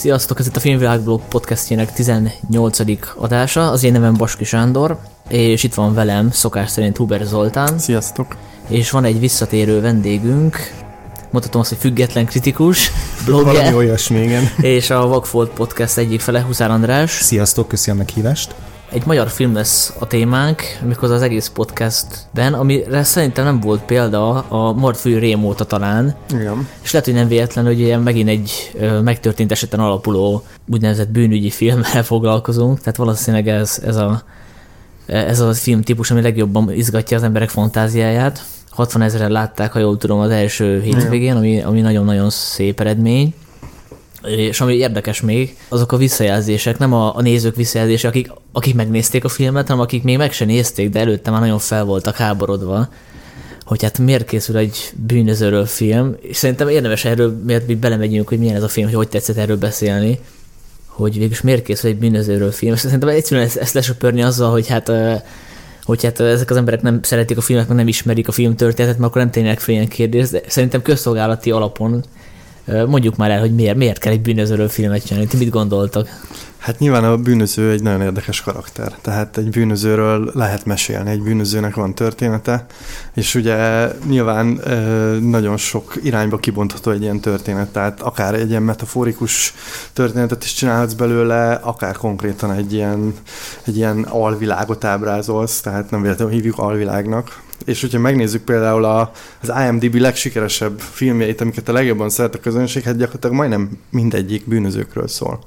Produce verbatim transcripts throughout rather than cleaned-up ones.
Sziasztok, ez itt a Filmvilágblog podcastjének tizennyolcadik adása. Az én nevem Baski Sándor, és itt van velem szokás szerint Huber Zoltán. Sziasztok! És van egy visszatérő vendégünk, mondhatom azt, hogy független kritikus, blogger. Valami olyasmi, igen. És a Vagfolt podcast egyik fele, Huszár András. Sziasztok, köszi a meghívást. Egy magyar film lesz a témánk, amikor az egész podcastben, amire szerintem nem volt példa a Mordfő rém óta talán. Igen. És lehet, hogy nem véletlen, hogy ilyen megint egy ö, megtörtént eseten alapuló úgynevezett bűnügyi filmmel foglalkozunk. Tehát valószínűleg ez, ez, a, ez a filmtípus, ami legjobban izgatja az emberek fantáziáját. hatvan ezeren látták, ha jól tudom, az első hétvégén, ami, ami nagyon-nagyon szép eredmény. És ami érdekes még, azok a visszajelzések, nem a, a nézők visszajelzések, akik, akik megnézték a filmet, hanem akik még meg se nézték, de előtte már nagyon fel voltak háborodva, hogy hát miért készül egy bűnözőről film, és szerintem érdemes erről, miért mi belemegyünk, hogy milyen ez a film, hogy hogy tetszett erről beszélni, hogy végülis miért készül egy bűnözőről film, és szerintem egyszerűen ezt, ezt lesöpörni azzal, hogy hát, hogy hát ezek az emberek nem szeretik a filmet, meg nem ismerik a film történetet, mert akkor nem tényleg fel ilyen kérdés, de szerintem közszolgálati alapon mondjuk már el, hogy miért, miért kell egy bűnözőről filmet csinálni. Ti mit gondoltak? Hát nyilván a bűnöző egy nagyon érdekes karakter. Tehát egy bűnözőről lehet mesélni, egy bűnözőnek van története, és ugye nyilván nagyon sok irányba kibontható egy ilyen történet, tehát akár egy ilyen metaforikus történetet is csinálhatsz belőle, akár konkrétan egy ilyen, egy ilyen alvilágot ábrázolsz, tehát nem véletlenül hívjuk alvilágnak. És hogyha megnézzük például a, az IMDb legsikeresebb filmjeit, amiket a legjobban szeret a közönség, hát gyakorlatilag majdnem mindegyik bűnözőkről szól.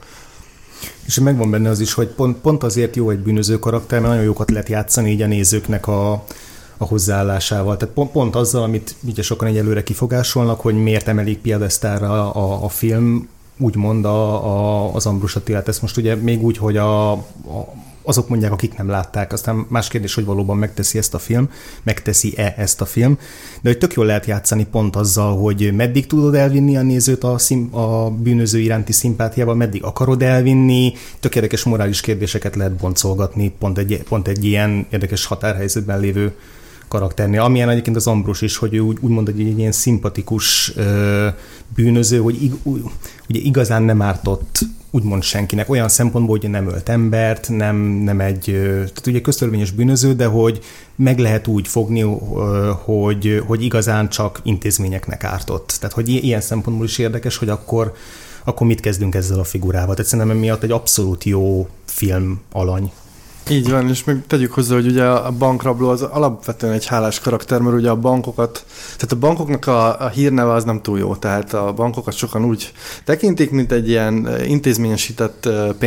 És megvan benne az is, hogy pont, pont azért jó egy bűnöző karakter, mert nagyon jókat lehet játszani így a nézőknek a, a hozzáállásával. Tehát pont, pont azzal, amit ugye sokan egyelőre kifogásolnak, hogy miért emelik piedesztálra a, a film, úgymond a, a, az Ambrus Attilát. Ezt most ugye még úgy, hogy a, a azok mondják, akik nem látták, aztán más kérdés, hogy valóban megteszi ezt a film, megteszi-e ezt a film, de hogy tök jól lehet játszani pont azzal, hogy meddig tudod elvinni a nézőt a, szim, a bűnöző iránti szimpátiával, meddig akarod elvinni, tök érdekes morális kérdéseket lehet boncolgatni pont egy, pont egy ilyen érdekes határhelyzetben lévő karakternél, amilyen egyébként az Ambrus is, hogy ő úgy, úgy mondod, hogy egy ilyen szimpatikus ö, bűnöző, hogy ig, úgy, ugye igazán nem ártott úgymond senkinek, olyan szempontból, hogy nem ölt embert, nem, nem egy, tehát ugye köztörvényes bűnöző, de hogy meg lehet úgy fogni, hogy, hogy igazán csak intézményeknek ártott. Tehát, hogy ilyen szempontból is érdekes, hogy akkor, akkor mit kezdünk ezzel a figurával. Tehát szerintem miatt egy abszolút jó film alany. Így van, és még tegyük hozzá, hogy ugye a bankrabló az alapvetően egy hálás karakter, mert ugye a bankokat, tehát a bankoknak a, a hírneve az nem túl jó, tehát a bankokat sokan úgy tekintik, mint egy ilyen intézményesített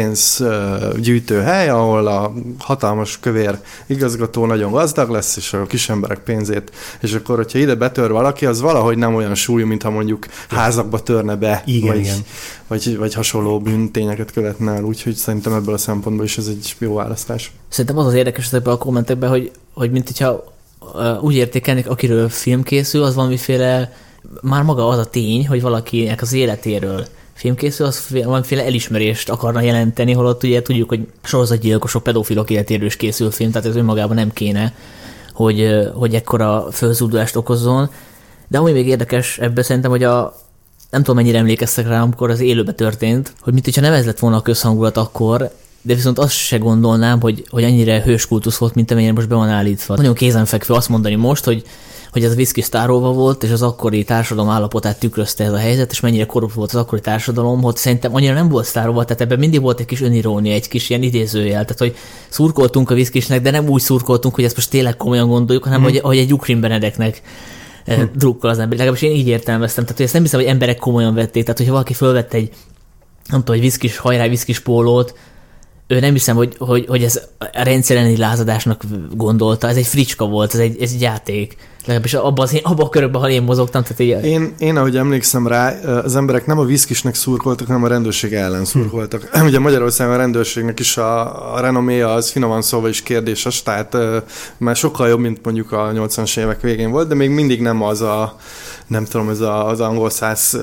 pénzgyűjtő hely, ahol a hatalmas kövér igazgató nagyon gazdag lesz, és a kis emberek pénzét, és akkor, hogyha ide betör valaki, az valahogy nem olyan súlyú, mintha mondjuk házakba törne be, igen, vagy, igen. Vagy, vagy hasonló bűntényeket követne el, úgyhogy szerintem ebből a szempontból is ez egy jó választás. Szerintem az az érdekes ezekben a kommentekben, hogy, hogy mint hogyha uh, úgy értékelnek, akiről film készül, az valamiféle, már maga az a tény, hogy valakinek az életéről film készül, az valamiféle elismerést akarna jelenteni, holott ugye tudjuk, hogy sorozatgyilkosok, pedofilok életéről is készül film, tehát ez önmagában nem kéne, hogy, hogy ekkora fölzúdulást okozzon. De ami még érdekes ebben szerintem, hogy a nem tudom, mennyire emlékeztek rá, amikor az élőben történt, hogy mint hogyha nem ez lett volna a közhangulat akkor, de viszont azt se gondolnám, hogy, hogy ennyire hőskultusz volt, mint amennyire most be van állítva. Nagyon kézenfekvő azt mondani most, hogy, hogy ez a viszki sztárolva volt, és az akkori társadalom állapotát tükrözte ez a helyzet, és mennyire korrupt volt az akkori társadalom, hogy szerintem annyira nem volt sztárolva, tehát ebben mindig volt egy kis önirónia, egy kis ilyen idézőjel, tehát hogy szurkoltunk a viszkisnek, de nem úgy szurkoltunk, hogy ezt most tényleg komolyan gondoljuk, hanem mm. hogy, hogy egy Ukrin Benedeknek Hm. drukkol az ember. Legalábbis én így értelmeztem. Tehát, hogy ezt nem hiszem, hogy emberek komolyan vették. Tehát, hogyha valaki fölvette egy, nem tudom, egy viszkis, hajrá viszkis pólót, ő nem hiszem, hogy, hogy, hogy ez a rendszereni lázadásnak gondolta. Ez egy fricska volt, ez egy, ez egy játék. Legalábbis abban abba a körökben, ha én mozogtam. Tehát így... én, én, ahogy emlékszem rá, az emberek nem a viszkisnek szurkoltak, hanem a rendőrség ellen szurkoltak. Hm. Ugye Magyarországon a rendőrségnek is a, a renoméja az finoman szólva is kérdéses, tehát uh, már sokkal jobb, mint mondjuk a nyolcvanas évek végén volt, de még mindig nem az a nem tudom, ez a, az angol száz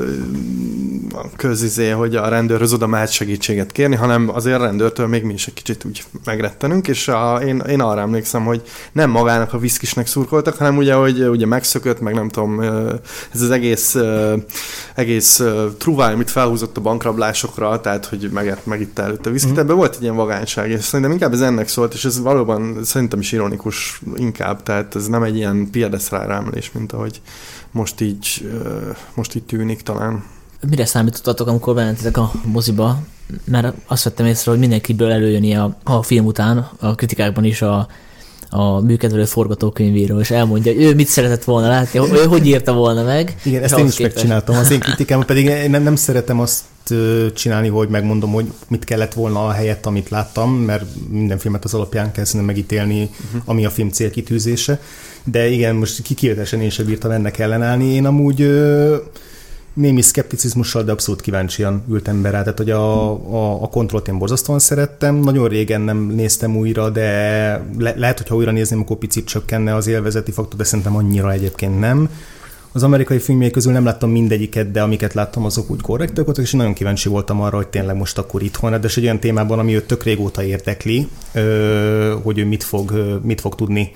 közizé, hogy a rendőrhöz oda mehet segítséget kérni, hanem azért a rendőrtől még mi is egy kicsit úgy megrettenünk, és a, én, én arra emlékszem, hogy nem magának a viszkisnek szurkoltak, hanem ugye, hogy ugye megszökött, meg nem tudom, ez az egész, egész truváj, amit felhúzott a bankrablásokra, tehát, hogy meg, megitta előtte a viszkit, mm. ebben volt egy ilyen vagányság, és szerintem inkább ez ennek szólt, és ez valóban szerintem is ironikus inkább, tehát ez nem egy ilyen piedeszrára emlés, mint ahogy most így, most így tűnik talán. Mire számítottatok, amikor bementetek a moziba? Mert azt vettem észre, hogy mindenkiből előjönni a, a film után, a kritikákban is a, a műkedvelő forgatókönyvíról, és elmondja, hogy ő mit szeretett volna látni, hogy, hogy írta volna meg. Igen, ezt én is képest megcsináltam. Az én kritikám pedig nem, nem szeretem azt csinálni, hogy megmondom, hogy mit kellett volna a helyett, amit láttam, mert minden filmet az alapján kell szerintem megítélni, uh-huh. ami a film célkitűzése. De igen, most kikivetesen én sem bírtam ennek ellenállni. Én amúgy ö, némi szkepticizmussal, de abszolút kíváncsian ültem be rá. Tehát, hogy a, a, a Kontrollt én borzasztóan szerettem. Nagyon régen nem néztem újra, de le, lehet, hogyha újra nézném, akkor picit csökkenne az élvezeti faktor, de szerintem annyira egyébként nem. Az amerikai filmjei közül nem láttam mindegyiket, de amiket láttam, azok úgy korrektek voltak, és én nagyon kíváncsi voltam arra, hogy tényleg most akkor itthon, de egy olyan témában, ami őt tök régóta érdekli, hogy ő mit fog, mit fog tudni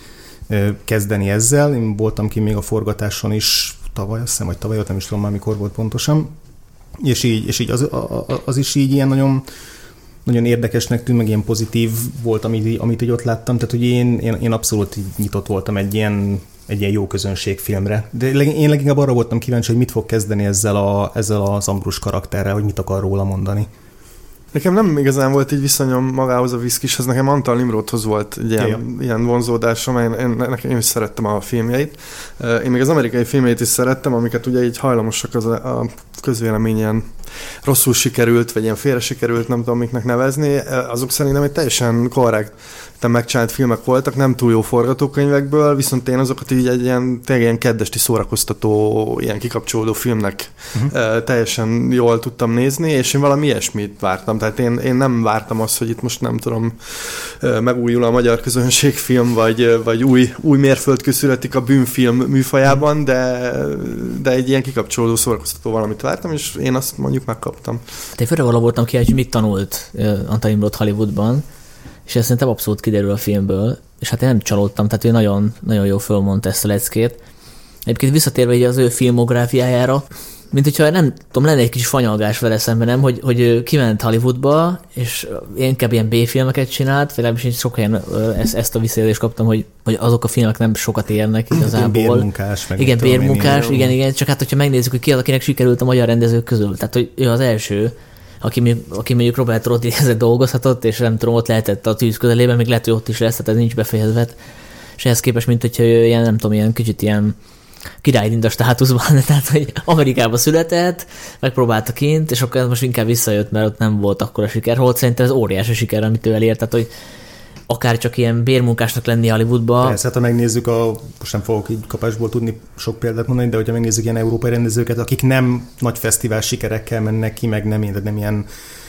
kezdeni ezzel. Én voltam ki még a forgatáson is tavaly, azt hiszem, vagy tavaly, nem is tudom már mikor volt pontosan, és így, és így az, az is így ilyen nagyon, nagyon érdekesnek tűnt, meg ilyen pozitív volt, amit, amit így ott láttam, tehát hogy én, én, én abszolút nyitott voltam egy ilyen, egy ilyen jó közönségfilmre. De én leginkább arra voltam kíváncsi, hogy mit fog kezdeni ezzel, a, ezzel az Ambrus karakterrel, hogy mit akar róla mondani. Nekem nem igazán volt így viszonyom magához a viszkishez, nekem Antal Nimrodhoz volt egy ilyen, ja. ilyen vonzódásom, én, én, nekem, én is szerettem a filmjeit. Én még az amerikai filmjeit is szerettem, amiket ugye így hajlamosak az a, a közvéleményen rosszul sikerült, vagy ilyen félre sikerült, nem tudom miknek nevezni, azok szerintem egy teljesen korrekt megcsinált filmek voltak, nem túl jó forgatókönyvekből, viszont én azokat így egy ilyen, tényleg ilyen keddesti szórakoztató, ilyen kikapcsolódó filmnek uh-huh. teljesen jól tudtam nézni, és én valami ilyesmit vártam. Tehát én, én nem vártam azt, hogy itt most nem tudom, megújul a magyar közönségfilm, vagy, vagy új, új mérföldkő születik a bűnfilm műfajában, de, de egy ilyen kikapcsolódó szórakoztató valamit vártam, és én azt mondjuk megkaptam. Én főleg vala voltam ki, hogy mit tanult Antal Nimrod Hollywoodban, és ez szerintem abszolút kiderül a filmből, és hát én nem csalódtam, tehát ő nagyon, nagyon jól fölmondta ezt a leckét. Egyébként visszatérve így az ő filmográfiájára, mint hogyha nem tudom, lenne egy kis fanyalgás vele szemben, nem, hogy, hogy kiment Hollywoodba, és inkább ilyen B-filmeket csinált, vagy legalábbis én sok helyen ezt, ezt a visszajelzést kaptam, hogy, hogy azok a filmek nem sokat érnek igazából. Bérmunkás, meg igen, bérmunkás, igen, igen, csak hát hogyha megnézzük, hogy ki az, akinek sikerült a magyar rendezők közül, tehát hogy ő az első, aki, aki mondjuk Robert Rodriguez dolgozhatott, és nem tudom, ott lehetett a tűz közelében, még lehet, hogy ott is lesz, tehát ez nincs befejezve. És ehhez képest, mint hogyha ő ilyen, nem tudom, ilyen kicsit ilyen királylinda státuszban, tehát, hogy Amerikába született, megpróbálta kint, és akkor ez most inkább visszajött, mert ott nem volt akkora siker. Holott szerintem ez óriási siker, amit ő elért, tehát, hogy akár csak ilyen bérmunkásnak lenni Hollywoodba. Persze, hát ha megnézzük, a, most nem fogok így kapásból tudni sok példát mondani, de hogyha megnézzük ilyen európai rendezőket, akik nem nagy fesztivál sikerekkel mennek ki, meg nem, nem ilyen,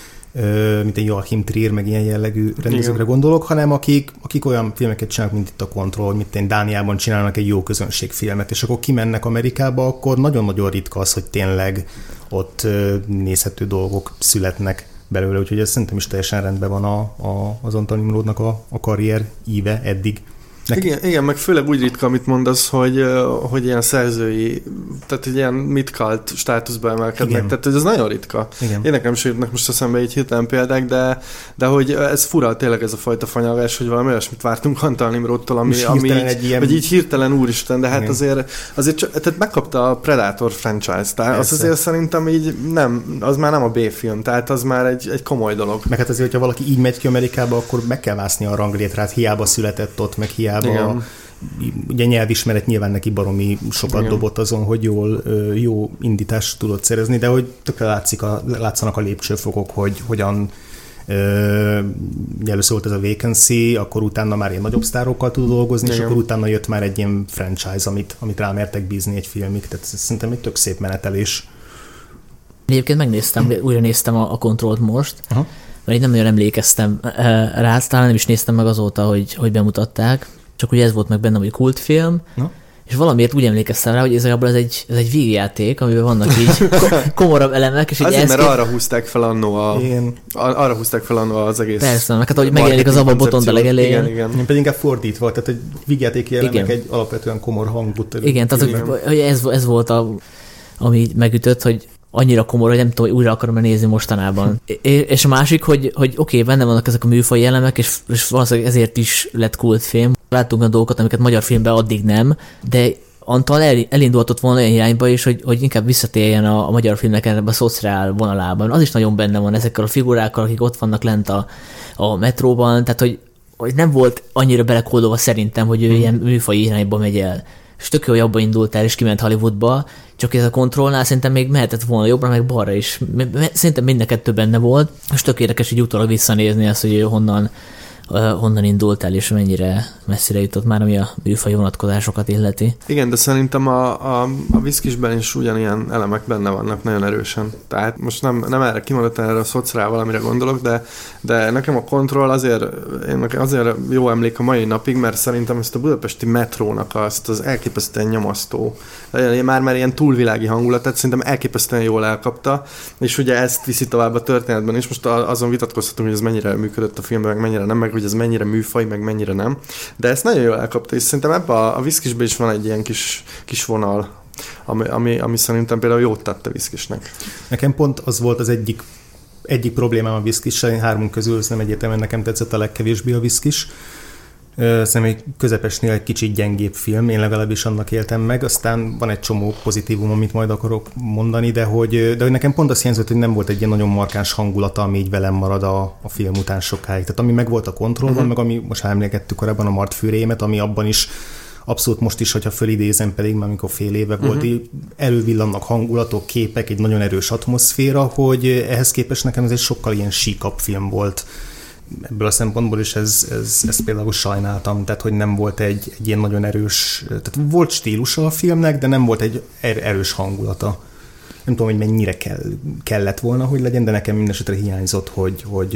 mint egy Joachim Trier, meg ilyen jellegű rendezőkre igen. gondolok, hanem akik, akik olyan filmeket csinálnak, mint itt a Control, mint én Dániában csinálnak egy jó közönségfilmet, és akkor kimennek Amerikába, akkor nagyon-nagyon ritka az, hogy tényleg ott nézhető dolgok születnek belőle, úgyhogy ez szerintem is teljesen rendben van a, a, az Antal Nimrodnak a, a karrier íve eddig. Igen, igen, meg főleg úgy ritka, amit mondasz, hogy, hogy ilyen szerzői, tehát egy ilyen mid-cult státuszba emelkednek, igen. tehát ez nagyon ritka. Igen. Én nekem sem jutnak most eszembe így hirtelen példák, de, de hogy ez fura tényleg ez a fajta fanyalgás, hogy valami olyasmit vártunk Antal Nimrodtól, ami, ami így, ilyen... vagy így hirtelen úristen, de hát igen. azért, azért csak, tehát megkapta a Predator franchise-t, tehát az azért szerintem így nem, az már nem a B-film, tehát az már egy, egy komoly dolog. Meg hát azért, hogyha valaki így megy ki Amerikába, akkor meg kell vászni a ranglétrát, hiába született ott, meg hiába a, ugye nyelvismeret nyilván neki baromi sokat igen. dobott azon, hogy jól, jó indítást tudott szerezni, de hogy tökre látszik a, látszanak a lépcsőfokok, hogy hogyan először volt ez a Vacancy, akkor utána már ilyen nagyobb sztárokkal tud dolgozni, igen. és akkor utána jött már egy ilyen franchise, amit, amit rámertek bízni egy filmig, tehát szerintem egy tök szép menetelés. Egyébként megnéztem, újra néztem a, a Controlt most, aha. mert így nem nagyon emlékeztem rá, talán nem is néztem meg azóta, hogy, hogy bemutatták, csak ugye ez volt meg bennem, hogy kultfilm, na? és valamiért úgy emlékeztem rá, hogy ez, ez egy, ez egy vígjáték, amiben vannak így komorabb elemek, és így azért, mert kép... arra húzták fel annó a, Én... arra húzták fel annó az egész. Persze, meg hát ahogy megjelenik az abba botont a legelején. Igen, igen. Én pedig inkább fordítva, tehát egy vígjátéki elemek Igen. egy alapvetően komor hangot. Igen, tehát hogy, hogy ez, ez volt a, ami megütött, hogy annyira komor, hogy nem tudom, hogy újra akarom nézni mostanában. É- és a másik, hogy, hogy oké, okay, benne vannak ezek a műfai elemek, és, és valószínűleg ezért is lett kultfilm. Láttunk a dolgokat, amiket magyar filmben addig nem, de Antal el, elindultott volna olyan irányba is, hogy, hogy inkább visszatérjen a, a magyar filmnek ebben a szociál vonalában. Az is nagyon benne van ezekkel a figurákkal, akik ott vannak lent a, a metróban, tehát hogy, hogy nem volt annyira belekódolva szerintem, hogy ő mm. ilyen műfai irányba megy el. És tök jó, hogy abba indult el, és kiment Hollywoodba, csak ez a kontrollnál szerintem még mehetett volna jobbra, meg balra is. Szerintem mind a kettő benne volt, és tök érdekes így utólag visszanézni azt, hogy ő honnan, uh, honnan indult el, és mennyire messzire jutott már, ami a műfai vonatkozásokat illeti. Igen, de szerintem a, a, a viszkisben is ugyanilyen elemek benne vannak nagyon erősen. Tehát most nem, nem erre kimondottan erre a szociál valamire gondolok, de, de nekem a kontroll azért, én azért jó emlék a mai napig, mert szerintem ezt a budapesti metrónak azt az elképesztően nyomasztó, már már ilyen túlvilági hangulatát szerintem elképesztően jól elkapta, és ugye ezt viszi tovább a történetben is. Most azon vitatkozhatunk, hogy ez mennyire működött a filmben, meg mennyire nem, meg hogy ez mennyire műfaj, meg mennyire nem. De ezt nagyon jól elkapta, és szerintem ebben a, a viszkisben is van egy ilyen kis, kis vonal, ami, ami, ami szerintem például jót tett a viszkisnek. Nekem pont az volt az egyik, egyik problémám a viszkissel, én hármunk közül ez nem egyértelműen nekem tetszett a legkevésbé a viszkis. Szerintem egy közepesnél egy kicsit gyengébb film, én legalábbis annak éltem meg, aztán van egy csomó pozitívum, amit majd akarok mondani, de hogy, de hogy nekem pont azt hiányzott, hogy nem volt egy ilyen nagyon markáns hangulata, ami így velem marad a, a film után sokáig. Tehát ami meg volt a kontrollban, uh-huh. meg ami most emlékeztük korábban a Mart fűrémet, ami abban is abszolút most is, hogyha fölidézem, pedig már amikor fél éve uh-huh. volt, elővillannak hangulatok, képek, egy nagyon erős atmoszféra, hogy ehhez képest nekem ez egy sokkal ilyen síkabb film volt. Ebből a szempontból is ez, ez, ezt például sajnáltam, tehát hogy nem volt egy, egy ilyen nagyon erős, tehát volt stílusa a filmnek, de nem volt egy er, erős hangulata. Nem tudom, hogy mennyire kell, kellett volna, hogy legyen, de nekem mindesetre hiányzott, hogy, hogy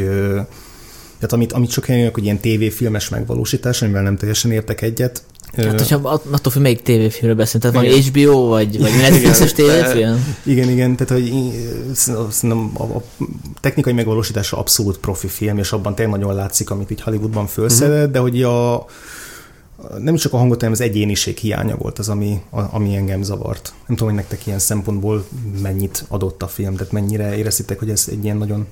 tehát amit, amit sok helyen hogy ilyen tévéfilmes megvalósítás, amivel nem teljesen értek egyet. Hát, hogyha attól, hogy melyik tévéfilmről beszélünk, tehát valami há bé ó, vagy, vagy Netflixes tévéfilm? Igen, igen, tehát hogy szerintem a, a technikai megvalósítása abszolút profi film, és abban tényleg nagyon látszik, amit így Hollywoodban felszedett, uh-huh. de hogy a, nem csak a hangot, hanem az egyéniség hiánya volt az, ami, a, ami engem zavart. Nem tudom, hogy nektek ilyen szempontból mennyit adott a film, tehát mennyire éreztétek, hogy ez egy ilyen nagyon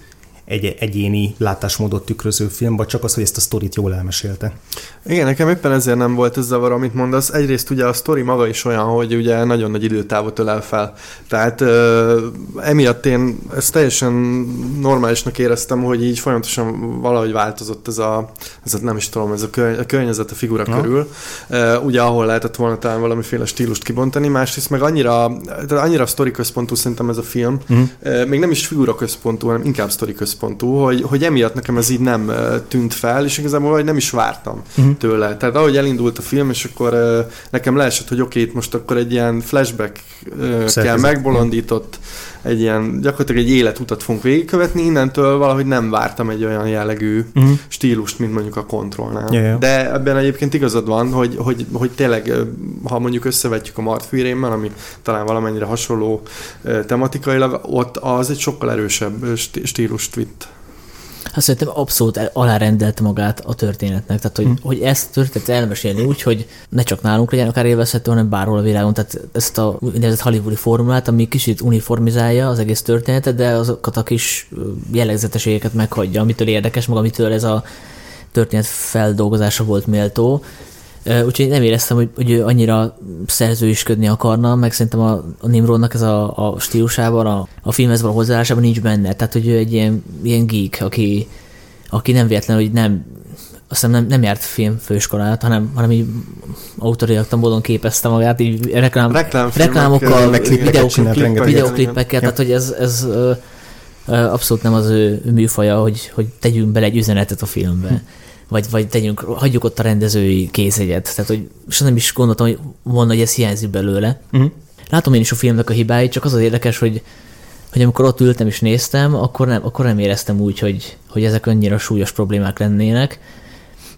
egy egyéni látásmódot tükröző film, vagy csak az, hogy ezt a sztorit jól elmesélte? Igen, nekem éppen ezért nem volt ez zavar, amit mondasz. Egyrészt ugye a sztori maga is olyan, hogy ugye nagyon nagy időtávot ölel fel. Tehát ö, emiatt én ezt teljesen normálisnak éreztem, hogy így folyamatosan valahogy változott ez a, ez a nem is tudom, ez a, körny- a környezet a figura ha. körül. Ö, ugye ahol lehetett volna talán valamiféle stílust kibontani, másrészt meg annyira, annyira sztori központú szerintem ez a film, uh-huh. ö, még nem is figura központú, hanem inkább sztori központú. Hogy, hogy emiatt nekem ez így nem uh, tűnt fel, és igazából vagy nem is vártam uh-huh. tőle. Tehát ahogy elindult a film, és akkor uh, nekem leesett, hogy oké, okay, most akkor egy ilyen flashback uh, kell megbolondított, egy ilyen, gyakorlatilag egy életutat fogunk végigkövetni, innentől valahogy nem vártam egy olyan jellegű uh-huh. stílust, mint mondjuk a Kontrollnál. Yeah, yeah. De ebben egyébként igazad van, hogy, hogy, hogy tényleg, ha mondjuk összevetjük a Mart fűrémmel, ami talán valamennyire hasonló uh, tematikailag, ott az egy sokkal erősebb stílust vitt. Hát szerintem abszolút alárendelte magát a történetnek, tehát hogy, hmm. hogy ezt történet elmesélni úgy, hogy ne csak nálunk legyen akár élvezhető, hanem bárhol a világon, tehát ezt a úgynevezett hollywoodi formulát, ami kicsit uniformizálja az egész történetet, de azokat a kis jellegzetességeket meghagyja, amitől érdekes, meg amitől ez a történet feldolgozása volt méltó. Úgyhogy nem éreztem, hogy, hogy ő annyira szerzőisködni akarna, meg szerintem a, a Nimrodnak ez a, a stílusában, a, a filmhez való hozzáállásában nincs benne. Tehát, hogy ő egy ilyen, ilyen geek, aki, aki nem véletlenül, hogy nem, azt nem, nem járt filmfőiskolát, hanem, hanem így autodidakta módon képezte magát, így reklám, reklámokkal, videóklippekkel, videóklippekkel, tehát, hogy ez, ez ö, ö, abszolút nem az ő műfaja, hogy, hogy tegyünk bele egy üzenetet a filmbe. Hm. Vagy, vagy tegyünk, hagyjuk ott a rendezői kézjegyet. Tehát, hogy soha nem is gondoltam, hogy volna, hogy ez hiányzik belőle. Uh-huh. Látom én is a filmnek a hibáit, csak az az érdekes, hogy, hogy amikor ott ültem és néztem, akkor nem, akkor nem éreztem úgy, hogy, hogy ezek annyira súlyos problémák lennének.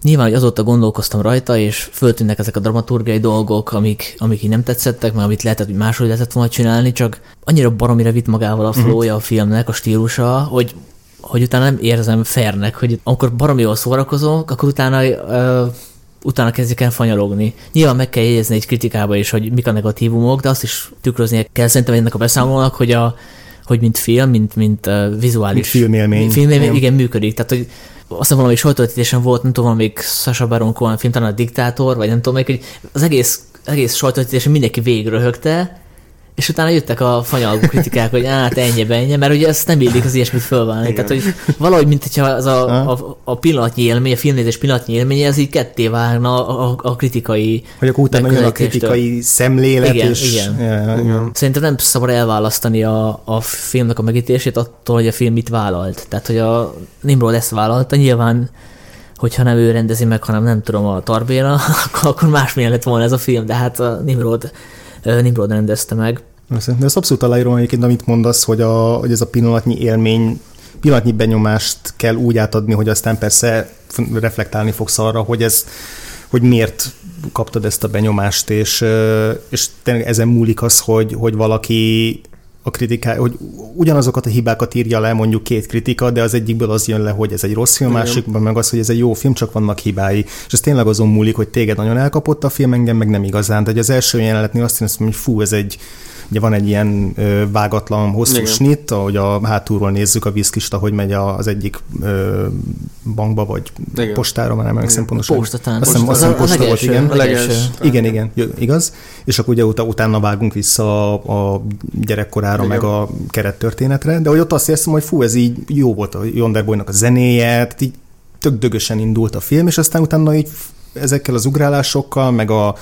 nyilván, hogy azóta gondolkoztam rajta, és föltűnnek ezek a dramaturgiai dolgok, amik, amik így nem tetszettek, mert amit lehetett, hogy máshogy lehetett volna csinálni, csak annyira baromira vitt magával a flowja a filmnek, a stílusa, hogy, hogy utána nem érzem fairnek, hogy amikor baromi jól szórakozok, akkor utána uh, utána kezdik el fanyalogni. Nyilván meg kell jegyezni egy kritikába is, hogy mik a negatívumok, de azt is tükröznie kell szerintem ennek a beszámolónak, hogy, a, hogy mint film, mint, mint uh, vizuális... Mint filmélmény. Filmélmény, igen, működik. Tehát, hogy aztán valami sajtóvetítésen volt, nem tudom, még Sacha Baron Cohen film, talán a Diktátor, vagy nem tudom, még, hogy az egész, egész sajtóvetítésen mindenki végigröhögte, és utána jöttek a fanyalgó kritikák, hogy hát ennyi, ennyi, mert ugye ezt nem illik az ilyesmit fölválni. Tehát, hogy valahogy, mint hogyha az a, a, a pillanatnyi élmény, a filmnézés pillanatnyi élménye, ez így ketté vágna a, a, a kritikai... Hogy akkor utána jön a kritikai szemlélet, igen, és... Igen, ja, igen. Szerintem nem szabad elválasztani a, a filmnek a megítélését attól, hogy a film mit vállalt. Tehát, hogy a Nimrod ezt vállalta, nyilván, hogyha nem ő rendezi meg, hanem nem tudom, a Tarbéla, akkor másmilyen lett volna ez a film, de hát a Nimrod Nimrod rendezte meg. De ezt abszolút aláírom egyébként, amit mondasz, hogy, a, hogy ez a pillanatnyi élmény, pillanatnyi benyomást kell úgy átadni, hogy aztán persze reflektálni fogsz arra, hogy ez, hogy miért kaptad ezt a benyomást, és, és tényleg ezen múlik az, hogy, hogy valaki a kritiká, hogy ugyanazokat a hibákat írja le mondjuk két kritika, de az egyikből az jön le, hogy ez egy rossz film, másikban meg az, hogy ez egy jó film, csak vannak hibái. És ez tényleg azon múlik, hogy téged nagyon elkapott a film, engem meg nem igazán. De az első jelenetnél azt hiszem, hogy fú, ez egy, ugye van egy ilyen ö, vágatlan, hosszú igen. snit, ahogy a hátulról nézzük a viszkist, ahogy megy az egyik ö, bankba, vagy igen. postára, már nem emlékszem pontosan. Postatán. Azt hiszem, posta, posta volt, igen. Legelső. Igen, igen, igaz. És akkor ugye ut- utána vágunk vissza a, a gyerekkorára, igen. meg a kerettörténetre, de hogy ott azt érzem, hogy fú, ez így jó volt a Yonderboynak a zenéje, így tök dögösen indult a film, és aztán utána így ezekkel az ugrálásokkal, meg a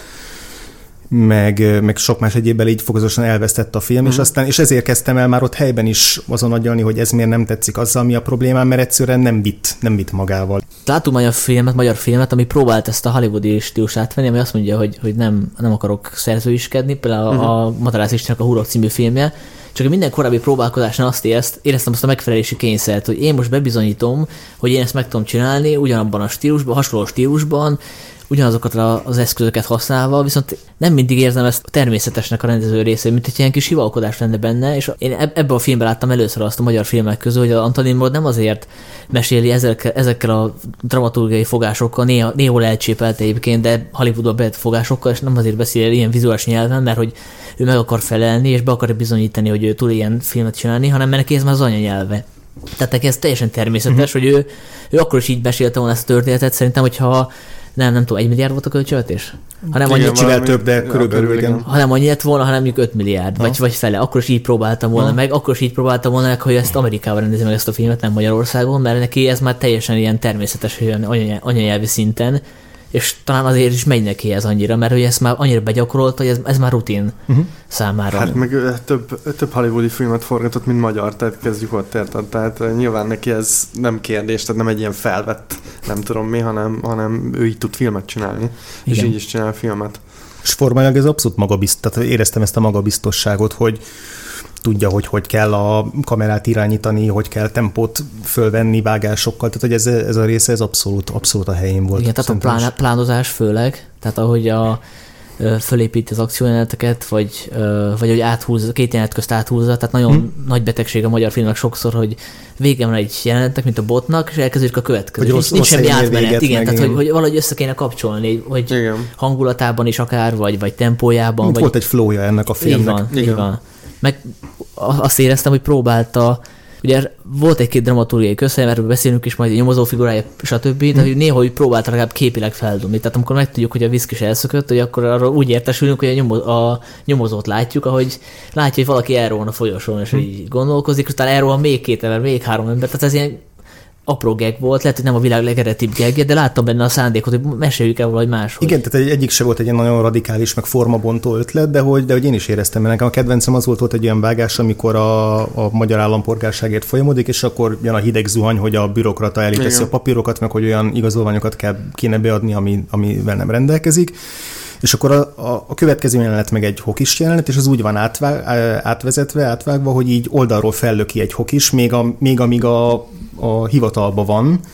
meg, meg sok más egyébben így fokozatosan elvesztett a film, mm. és aztán, és ezért kezdtem el már ott helyben is azon agyalni, hogy ez miért nem tetszik, azzal mi a problémám, mert egyszerűen nem vitt, nem vitt magával. Látunk magyar filmet, magyar filmet, ami próbált ezt a hollywoodi stílust átvenni, ami azt mondja, hogy, hogy nem, nem akarok szerzőiskedni, például mm-hmm. a Madarász Istennek a Hurok című filmje, csak minden korábbi próbálkozásnál azt érezt, éreztem azt a megfelelési kényszert, hogy én most bebizonyítom, hogy én ezt meg tudom csinálni ugyanabban a stílusban, hasonló stílusban, ugyanazokat az eszközöket használva, viszont nem mindig érzem ezt természetesnek a rendező részén, mint hogy ilyen kis hivalkodás lenne benne, és én ebben a filmben láttam először azt a magyar filmek közül, hogy a Antal Nimrod nem azért meséli ezekkel, ezekkel a dramaturgiai fogásokkal, néha, néhol elcsépelt egyébként, de Hollywoodba bejött fogásokkal, és nem azért beszél ilyen vizuális nyelven, mert hogy ő meg akar felelni, és be akarja bizonyítani, hogy ő tud ilyen filmet csinálni, hanem mert neki ez már az anyanyelve. Tehát neki ez teljesen természetes, mm-hmm. hogy ő, ő akkor is így mesélte volna ezt a történetet, szerintem, hogyha nem, nem tudom, egy milliárd volt a költségvetés? Hanem annyi csinál több, de körülbelül igen. Ha nem annyi lett volna, hanem mondjuk öt milliárd, vagy, vagy fele. Akkor is így próbáltam volna ha. meg, akkor is így próbáltam volna meg, hogy ezt Amerikában rendezi meg ezt a filmet, nem Magyarországon, mert neki ez már teljesen ilyen természetes, hogy anyanyelvi szinten, és talán azért is megy neki ez annyira, mert hogy ezt már annyira begyakorolta, hogy ez, ez már rutin uh-huh. számára. Hát meg több, több hollywoodi filmet forgatott, mint magyar, tehát kezdjük ott, érted? Tehát nyilván neki ez nem kérdés, tehát nem egy ilyen felvett, nem tudom mi, hanem, hanem ő így tud filmet csinálni, igen. és így is csinál filmet. És formailag ez abszolút magabiztos, tehát éreztem ezt a magabiztosságot, hogy tudja, hogy hogy kell a kamerát irányítani, hogy kell tempót fölvenni vágásokkal, tehát hogy ez, ez a része ez abszolút, abszolút a helyén volt. Igen, tehát a plán, plánozás főleg, tehát ahogy a fölépíti az akciójeleneteket, vagy, vagy hogy áthúzza, két jelenet közt áthúzza, tehát nagyon hmm. nagy betegség a magyar filmnek sokszor, hogy vége van egy jelenetnek, mint a botnak, és elkezdődik a következő. Rossz, nincs semmi átmenet, igen, tehát hogy, hogy valahogy össze kéne kapcsolni, hogy igen. hangulatában is akár, vagy, vagy tempójában. Mint vagy... volt egy flowja ennek a filmnek. Így van, így van. Meg azt éreztem, hogy próbálta, ugye volt egy-két dramaturgiai közhely, erről beszélünk is majd a nyomozó figurája, stb., de hogy néha hogy próbálta legalább képileg feldobni. Tehát amikor megtudjuk, hogy a viszkis elszökött, hogy akkor arról úgy értesülünk, hogy a, nyomo, a nyomozót látjuk, ahogy látja, hogy valaki elrohan a folyosón, és így gondolkozik, utána elrohan még két ember, még három ember. Tehát ez ilyen apró gag volt, lehet, hogy nem a világ legeredetibb gagje, de láttam benne a szándékot, hogy meséljük el valahogy máshogy. Igen, tehát egy, egyik se volt egy ilyen nagyon radikális, meg formabontó ötlet, de hogy, de hogy én is éreztem, mert nekem a kedvencem az volt, volt egy olyan vágás, amikor a, a magyar állampolgárságért folyamodik, és akkor jön a hideg zuhany, hogy a bürokrata elíteszi a papírokat, meg hogy olyan igazolványokat kell, kéne beadni, ami, amivel nem rendelkezik. És akkor a, a, a következő jelenet meg egy hokis jelenet, és az úgy van átvág, átvezetve, átvágva, hogy így oldalról fellöki egy hokis, még, a, még amíg a, a hivatalban van,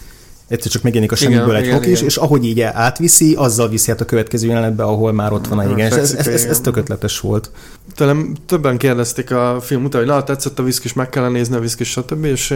egyszer csak megjelenik a semmiből egy hoki is, és ahogy így átviszi, azzal viszi át a következő jelenetbe, ahol már ott van a igen. Ez, ez, ez, ez tökéletes volt. Tőlem többen kérdezték a film után, hogy na, tetszett a Viszkis, meg kellene nézni a Viszkis, stb. És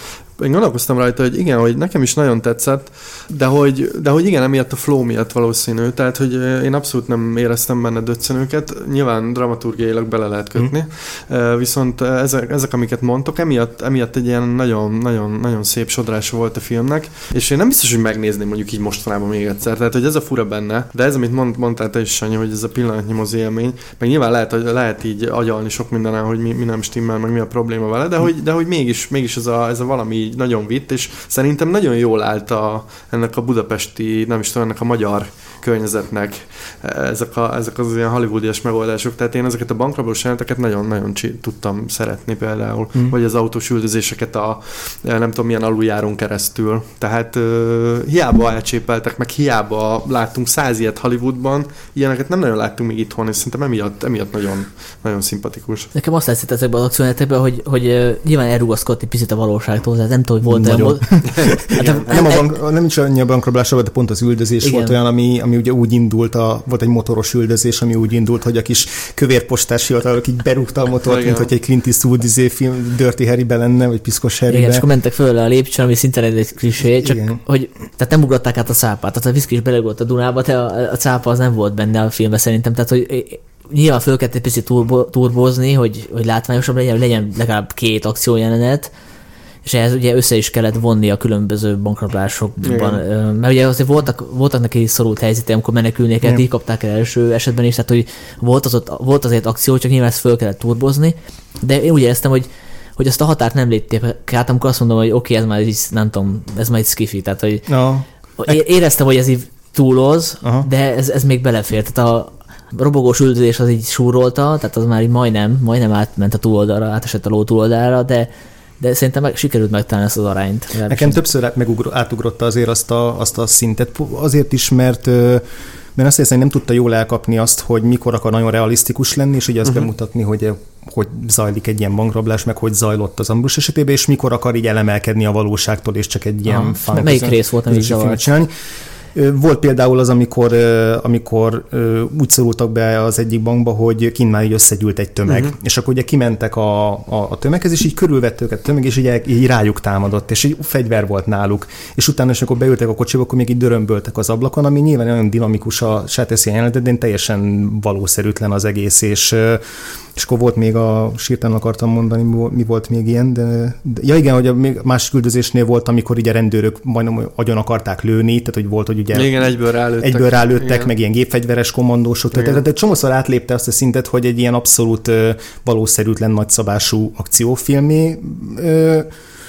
én gondolkoztam rajta, hogy igen, hogy nekem is nagyon tetszett, de hogy, de hogy igen, emiatt a flow miatt valószínű. Tehát, hogy én abszolút nem éreztem benne döccenőket. Nyilván dramaturgiailag bele lehet kötni. Mm. Viszont ezek, ezek, amiket mondtok, emiatt, emiatt egy ilyen nagyon, nagyon, nagyon szép sodrása volt a filmnek. És én nem biztos, hogy megnézném mondjuk így mostanában még egyszer. Tehát, hogy ez a fura benne, de ez, amit mond, mondtál te is, Sanyi, hogy ez a pillanatnyi mozi élmény, meg nyilván lehet, lehet így agyalni sok mindenen, hogy mi, mi nem stimmel, meg mi a probléma vele, de hogy, de hogy mégis, mégis ez, a, ez a valami nagyon vitt, és szerintem nagyon jól állt a, ennek a budapesti, nem is tudom, ennek a magyar környezetnek ezek, a, ezek az ilyen hollywoodias megoldások. Tehát én ezeket a bankrablós jeleneteket nagyon-nagyon tudtam szeretni például, mm. vagy az autós üldözéseket a nem tudom milyen aluljáron keresztül. Tehát uh, hiába elcsépeltek, meg hiába láttunk száz ilyet Hollywoodban, ilyeneket nem nagyon láttunk még itthon, és szerintem emiatt, emiatt nagyon, nagyon szimpatikus. Nekem azt tetszett ezekben az akciójelenetekben, hogy, hogy uh, nyilván elrugaszkodott egy picit a valóságtól, tehát nem tudom, hogy volt olyan... hát, nem, a bank, nem is annyi a bankrablásra, de pont az üldözés igen. volt olyan, ami, ami ugye úgy indult, a, volt egy motoros üldözés, ami úgy indult, hogy a kis kövérpostás hivatalok így berúgta a motort, mint hogy egy Clint Eastwood film Dirty Harrybe lenne, vagy Piszkos Harrybe. Igen, és akkor mentek föl a lépcsőn, ami szintén egy klisé, csak igen. hogy tehát nem ugrották át a cápát, tehát a Viszki is belegott a Dunába, de a, a cápa az nem volt benne a filmben szerintem, tehát hogy nyilván föl kellett egy picit turbo, turbózni, hogy, hogy látványosabb legyen, legyen legalább két akciójelenet, és ehhez ugye össze is kellett vonni a különböző bankrablásokban, igen. mert ugye azért voltak, voltak neki szorult helyzetei, amikor menekülnék el, így kapták el első esetben is, tehát hogy volt, az ott, volt azért akció, csak nyilván ezt föl kellett turbozni, de én úgy éreztem, hogy, hogy azt a határt nem lépték át, amikor azt mondom, hogy oké, okay, ez már így, nem tudom, ez már egy skifi, tehát hogy no. éreztem, hogy ez így túloz, aha. de ez, ez még belefér, tehát a robogós üldözés az így súrolta, tehát az már így majdnem, majdnem átment a túloldalra, átesett a ló túloldalra, de de szerintem meg, sikerült megtalálni ezt az arányt. Nekem többször megugro, átugrotta azért azt a, azt a szintet, azért is, mert, mert azt hiszem, nem tudta jól elkapni azt, hogy mikor akar nagyon realisztikus lenni, és ugye azt uh-huh. bemutatni, hogy, hogy zajlik egy ilyen bankrablás, meg hogy zajlott az Ambrus esetében, és mikor akar így elemelkedni a valóságtól, és csak egy ilyen fan. Melyik rész volt, amit zavart? Csinálni. Volt például az, amikor, amikor úgy szorultak be az egyik bankba, hogy kint már így összegyűlt egy tömeg, uh-huh. és akkor ugye kimentek a, a, a tömeghez, és így körülvett őket a tömeg, és így, így rájuk támadott, és így fegyver volt náluk. És utána, és akkor beültek a kocsiba, akkor még így dörömböltek az ablakon, ami nyilván nagyon dinamikus a sáteszi jelenetet, de teljesen valószerűtlen az egész, és és akkor volt még a, sírtán akartam mondani, mi volt még ilyen, de, de ja igen, hogy a még más küldözésnél volt, amikor így a rendőrök majdnem agyon akarták lőni, tehát hogy volt, hogy ugye igen, egyből rálőttek, egyből rálőttek meg ilyen gépfegyveres kommandósok, igen. tehát, tehát csomószor átlépte azt a szintet, hogy egy ilyen abszolút uh, valószerűtlen nagyszabású akciófilmé uh,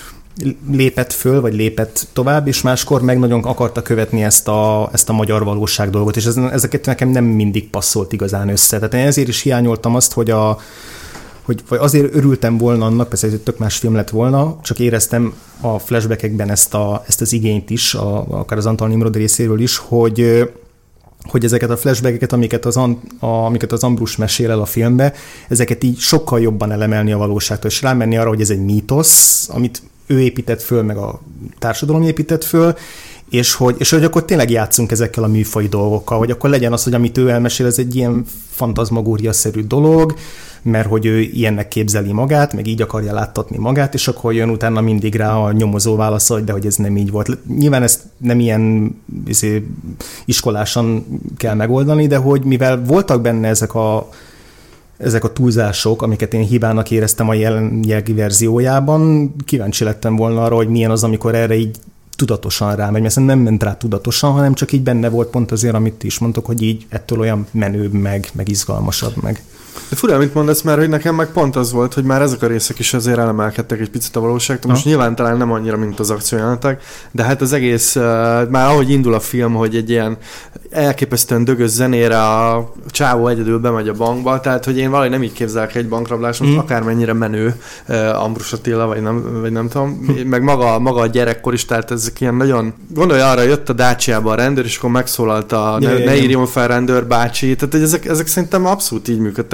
lépett föl, vagy lépett tovább, és máskor meg nagyon akarta követni ezt a, ezt a magyar valóság dolgot, és ez, ezeket nekem nem mindig passzolt igazán össze. Tehát én ezért is hiányoltam azt, hogy a hogy vagy azért örültem volna annak, persze ez tök más film lett volna, csak éreztem a flashbackekben ezt, a, ezt az igényt is, a, akár az Antal Nimrod részéről is, hogy hogy ezeket a flashbackeket, amiket az, a, amiket az Ambrus mesél el a filmbe, ezeket így sokkal jobban elemelni a valóságtól, és rámenni arra, hogy ez egy mítosz, amit ő épített föl, meg a társadalom épített föl, és hogy, és hogy akkor tényleg játszunk ezekkel a műfai dolgokkal, hogy akkor legyen az, hogy amit ő elmesél, ez egy ilyen fantazmagóriaszerű dolog, mert hogy ő ilyennek képzeli magát, meg így akarja láttatni magát, és akkor jön utána mindig rá a nyomozó válaszol, de hogy ez nem így volt. Nyilván ezt nem ilyen izé, iskolásan kell megoldani, de hogy mivel voltak benne ezek a ezek a túlzások, amiket én hibának éreztem a jelenlegi verziójában, kíváncsi lettem volna arra, hogy milyen az, amikor erre így tudatosan rámegy, mert nem ment rá tudatosan, hanem csak így benne volt pont azért, amit is mondtok, hogy így ettől olyan menőbb, meg, meg izgalmasabb, meg. De fura, amit mondasz már, hogy nekem meg pont az volt, hogy már ezek a részek is azért elemelkedtek egy picit a valóságtól. Most ha. Nyilván talán nem annyira, mint az akciójelenetek, de hát az egész, uh, már ahogy indul a film, hogy egy ilyen elképesztően dögös zenére a csávó egyedül bemegy a bankba, tehát hogy én valahogy nem így képzelek egy bankrablást, most mm. akármennyire menő uh, Ambrus Attila, vagy nem, vagy nem tudom, mm. meg maga, maga a gyerekkor is, tehát ezek ilyen nagyon, gondolj arra, jött a Dacia-ba a rendőr, és akkor megszólalt a ne, ne írjon fel rendőr bácsi, tehát ezek, ezek szerintem abszolút így működtek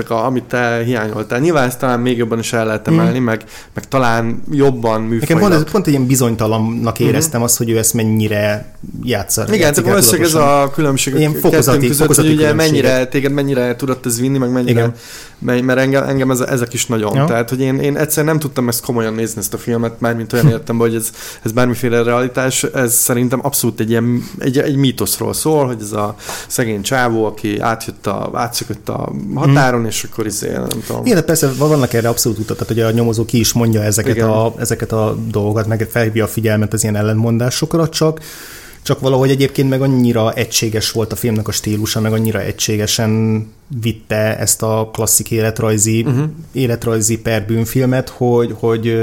egyetértek, a, amit te hiányoltál. Nyilván ezt talán még jobban is el lehet emelni, mm. meg, meg talán jobban műfajilag. Nekem pont, pont egy ilyen bizonytalannak éreztem mm. azt, hogy ő ezt mennyire játsza. Igen, tehát valószínűleg ez a különbség ilyen fokozati, között, fokozati hogy ugye mennyire, téged mennyire tudott ez vinni, meg mennyire, igen. mert engem, engem ez, ezek is nagyon. Ja. Tehát, hogy én, én egyszer nem tudtam ezt komolyan nézni, ezt a filmet, mármint olyan értelemben, hogy ez, ez bármiféle realitás, ez szerintem abszolút egy ilyen, egy, egy mítoszról szól, hogy ez a szegény csávó, aki átjött a, átszökött a határon, mm. és akkor izé, nem tudom. Igen, de persze vannak erre abszolút utat, tehát hogy a nyomozó ki is mondja ezeket, a, ezeket a dolgokat, meg felhívja a figyelmet az ilyen ellentmondásokra, csak Csak valahogy egyébként meg annyira egységes volt a filmnek a stílusa, meg annyira egységesen vitte ezt a klasszik életrajzi, uh-huh. életrajzi per bűnfilmet, hogy, hogy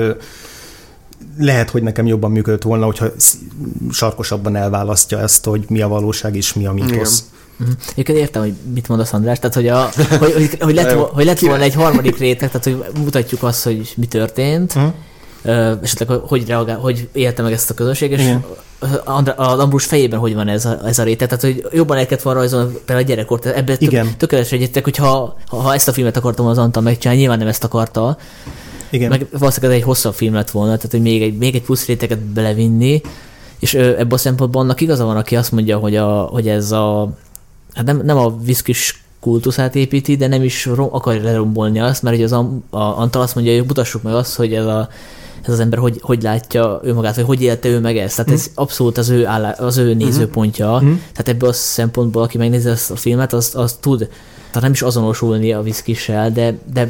lehet, hogy nekem jobban működött volna, hogyha sarkosabban elválasztja ezt, hogy mi a valóság és mi a mítosz. Uh-huh. Én értem, hogy mit mondasz, András, tehát hogy, a, hogy, hogy, hogy lett, hogy lett volna egy harmadik réteg, tehát hogy mutatjuk azt, hogy mi történt, uh-huh. Uh, esetleg hogy reagál, hogy élte meg ezt a közönség, és az Ambrus fejében hogy van ez a, ez a réteg, tehát hogy jobban el kellett volna rajzolni például a gyerekkort, ebben tök, tökéletesen egyettek, hogy ha, ha ezt a filmet akartam az Antal megcsinálni, nyilván nem ezt akarta, igen. Meg valószínűleg ez egy hosszabb film lett volna, tehát hogy még egy, még egy plusz réteget belevinni, és ebből a szempontból annak igaza van, aki azt mondja, hogy, a, hogy ez a, hát nem, nem a viszkis kultuszát építi, de nem is rom, akarja lerombolni azt, mert hogy az a, a Antal azt mondja, hogy mutassuk meg azt, hogy ez a ez az ember hogy, hogy látja ő magát, vagy hogy élte ő meg ezt. Tehát mm. ez abszolút az ő, állá, az ő nézőpontja. Mm. Tehát ebből a szempontból, aki megnézi ezt a filmet, az, az tud, tehát nem is azonosulni a viszkissel, de, de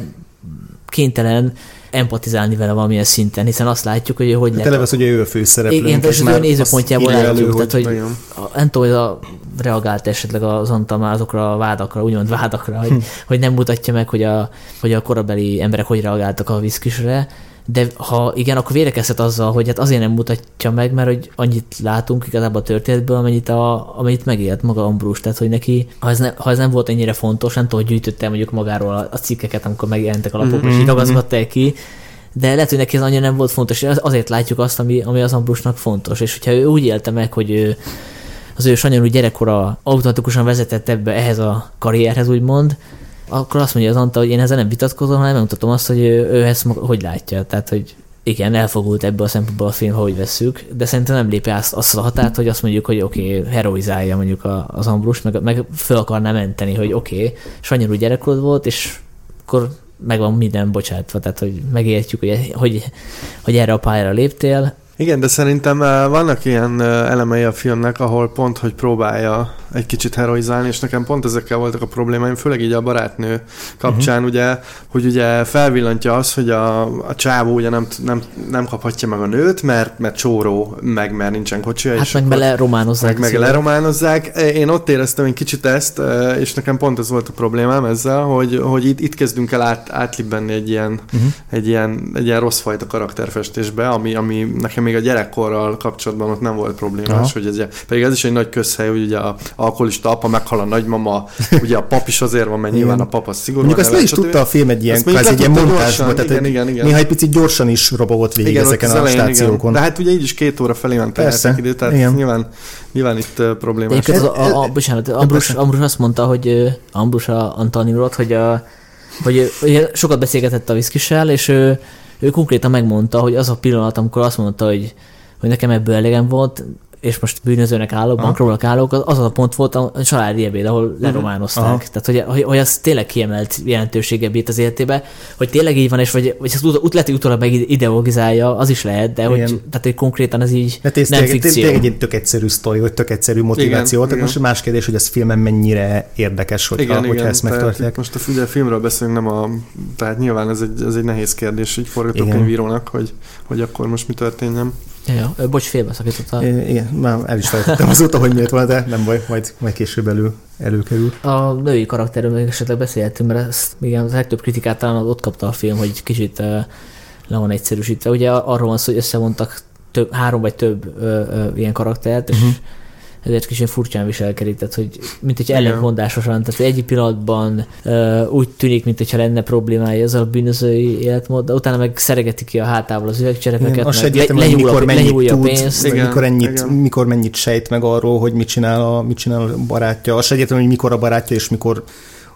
kénytelen empatizálni vele valamilyen szinten, hiszen azt látjuk, hogy hogy lehet... Eleve az, hogy ő a főszereplőnk. Igen, és az ő nézőpontjából látjuk. Tehát, hogy nem tudom, hogy a, reagált esetleg az Antal azokra a vádakra, úgymond vádakra, hogy, hm. hogy nem mutatja meg, hogy a, hogy a korabeli emberek hogy reagáltak a viszkisre, de ha igen, akkor védekezhet azzal, hogy hát azért nem mutatja meg, mert hogy annyit látunk igazából a történetből, amennyit, a, amennyit megélt maga Ambrus. Tehát, hogy neki, ha ez, ne, ha ez nem volt ennyire fontos, nem tudom, hogy gyűjtötte mondjuk magáról a, a cikkeket, amikor megjelentek a lapok, mm-hmm. és így ragaszgatta ki, de lehet, hogy neki ez annyira nem volt fontos, és azért látjuk azt, ami, ami az Ambrusnak fontos. És hogyha ő úgy élte meg, hogy ő, az ő sanyarú gyerekkora automatikusan vezetett ebbe ehhez a karrierhez, úgymond, akkor azt mondja az Antal, hogy én ezzel nem vitatkozom, hanem megmutatom azt, hogy ő, ő ezt hogy látja. Tehát, hogy igen, elfogult ebből a szempontból a film, ha úgy vesszük, de szerintem nem lépi azt, azt a határt, hogy azt mondjuk, hogy oké, okay, heroizálja mondjuk az Ambrus, meg, meg föl akarná menteni, hogy oké, okay, sanyarú gyerekkorod volt, és akkor meg van minden bocsátva, tehát hogy megértjük, hogy, hogy, hogy erre a pályára léptél. Igen, de szerintem vannak ilyen elemei a filmnek, ahol pont, hogy próbálja egy kicsit heroizálni, és nekem pont ezekkel voltak a problémáim, főleg így a barátnő kapcsán, uh-huh. ugye, hogy ugye felvillantja az, hogy a, a csávó ugye nem, nem, nem kaphatja meg a nőt, mert, mert csóró, meg mert nincsen kocsia. Hát meg belerománozzák. Meg, meg lerománozzák. Én ott éreztem egy kicsit ezt, és nekem pont ez volt a problémám ezzel, hogy, hogy itt, itt kezdünk el át, átlibbenni egy ilyen, uh-huh. egy, ilyen, egy ilyen rossz fajta karakterfestésbe, ami, ami nekem még a gyerekkorral kapcsolatban ott nem volt problémás, hogy ez, pedig ez is egy nagy közhely, hogy ugye a alkoholista apa meghal a nagymama, ugye a pap is azért van, mert nyilván a pap az szigorúan. Mondjuk azt le is tudta a film egy ilyen, egy ilyen montázsba, tehát igen, igen, igen. Néha egy picit gyorsan is robogott végig igen, ezeken a stációkon. De hát ugye így is két óra felé ment el idő, tehát igen. nyilván, nyilván itt uh, problémás. Ez, a, a, a, bocsánat, Ambrus, Ambrus azt mondta, hogy uh, Ambrus a Antoni urat, hogy, a, hogy, hogy sokat beszélgetett a viszkissel, és ő, ő konkrétan megmondta, hogy az a pillanat, amikor azt mondta, hogy, hogy nekem ebből elegem volt, és most bűnözőnek állok, bankrólak állok, az az a pont volt a családi ebéd, ahol lerománozták. Aha. Tehát, hogy, hogy az tényleg kiemelt jelentősége bírt az életébe, hogy tényleg így van, és vagy, vagy ezt ut- lehet, hogy utólag meg ideologizálja, az is lehet, de hogy, tehát, hogy konkrétan ez így de nem tényleg, fikció. Tényleg egy tök egyszerű sztori, vagy tök egyszerű motiváció. Igen, tehát most más kérdés, hogy ez filmen mennyire érdekes, hogyha, igen, hogyha igen, ezt megtartják. Most a ugye, filmről beszélünk, nem a... Tehát nyilván ez egy, ez egy nehéz kérdés egy forgatókönyvírónak, hogy, hogy akkor most mi történjen. Ja, ja. Bocs, félbeszakítottál. Igen, már el is felejtettem azóta, hogy miért van, de nem baj, majd, majd később elő, előkerül. A női karakterről még esetleg beszélhetünk, mert ezt, igen, az legtöbb kritikát talán ott kapta a film, hogy kicsit uh, le van egyszerűsítve. Ugye arról van szó, hogy összevontak több, három vagy több uh, uh, ilyen karaktert, és uh-huh. ezért kicsit furcsán viselkedik, tehát hogy mint egy ellentmondásosan, tehát egyik pillanatban uh, úgy tűnik, mint hogyha lenne problémája ezzel a bűnözői életmód, de utána meg szeregeti ki a hátával az üvegcserepeket, meg le, lenyúl, mikor a, lenyúl a pénzt. Igen, mikor, ennyit, mikor mennyit sejt meg arról, hogy mit csinál a, mit csinál a barátja. Az egyértelmű, hogy mikor a barátja, és mikor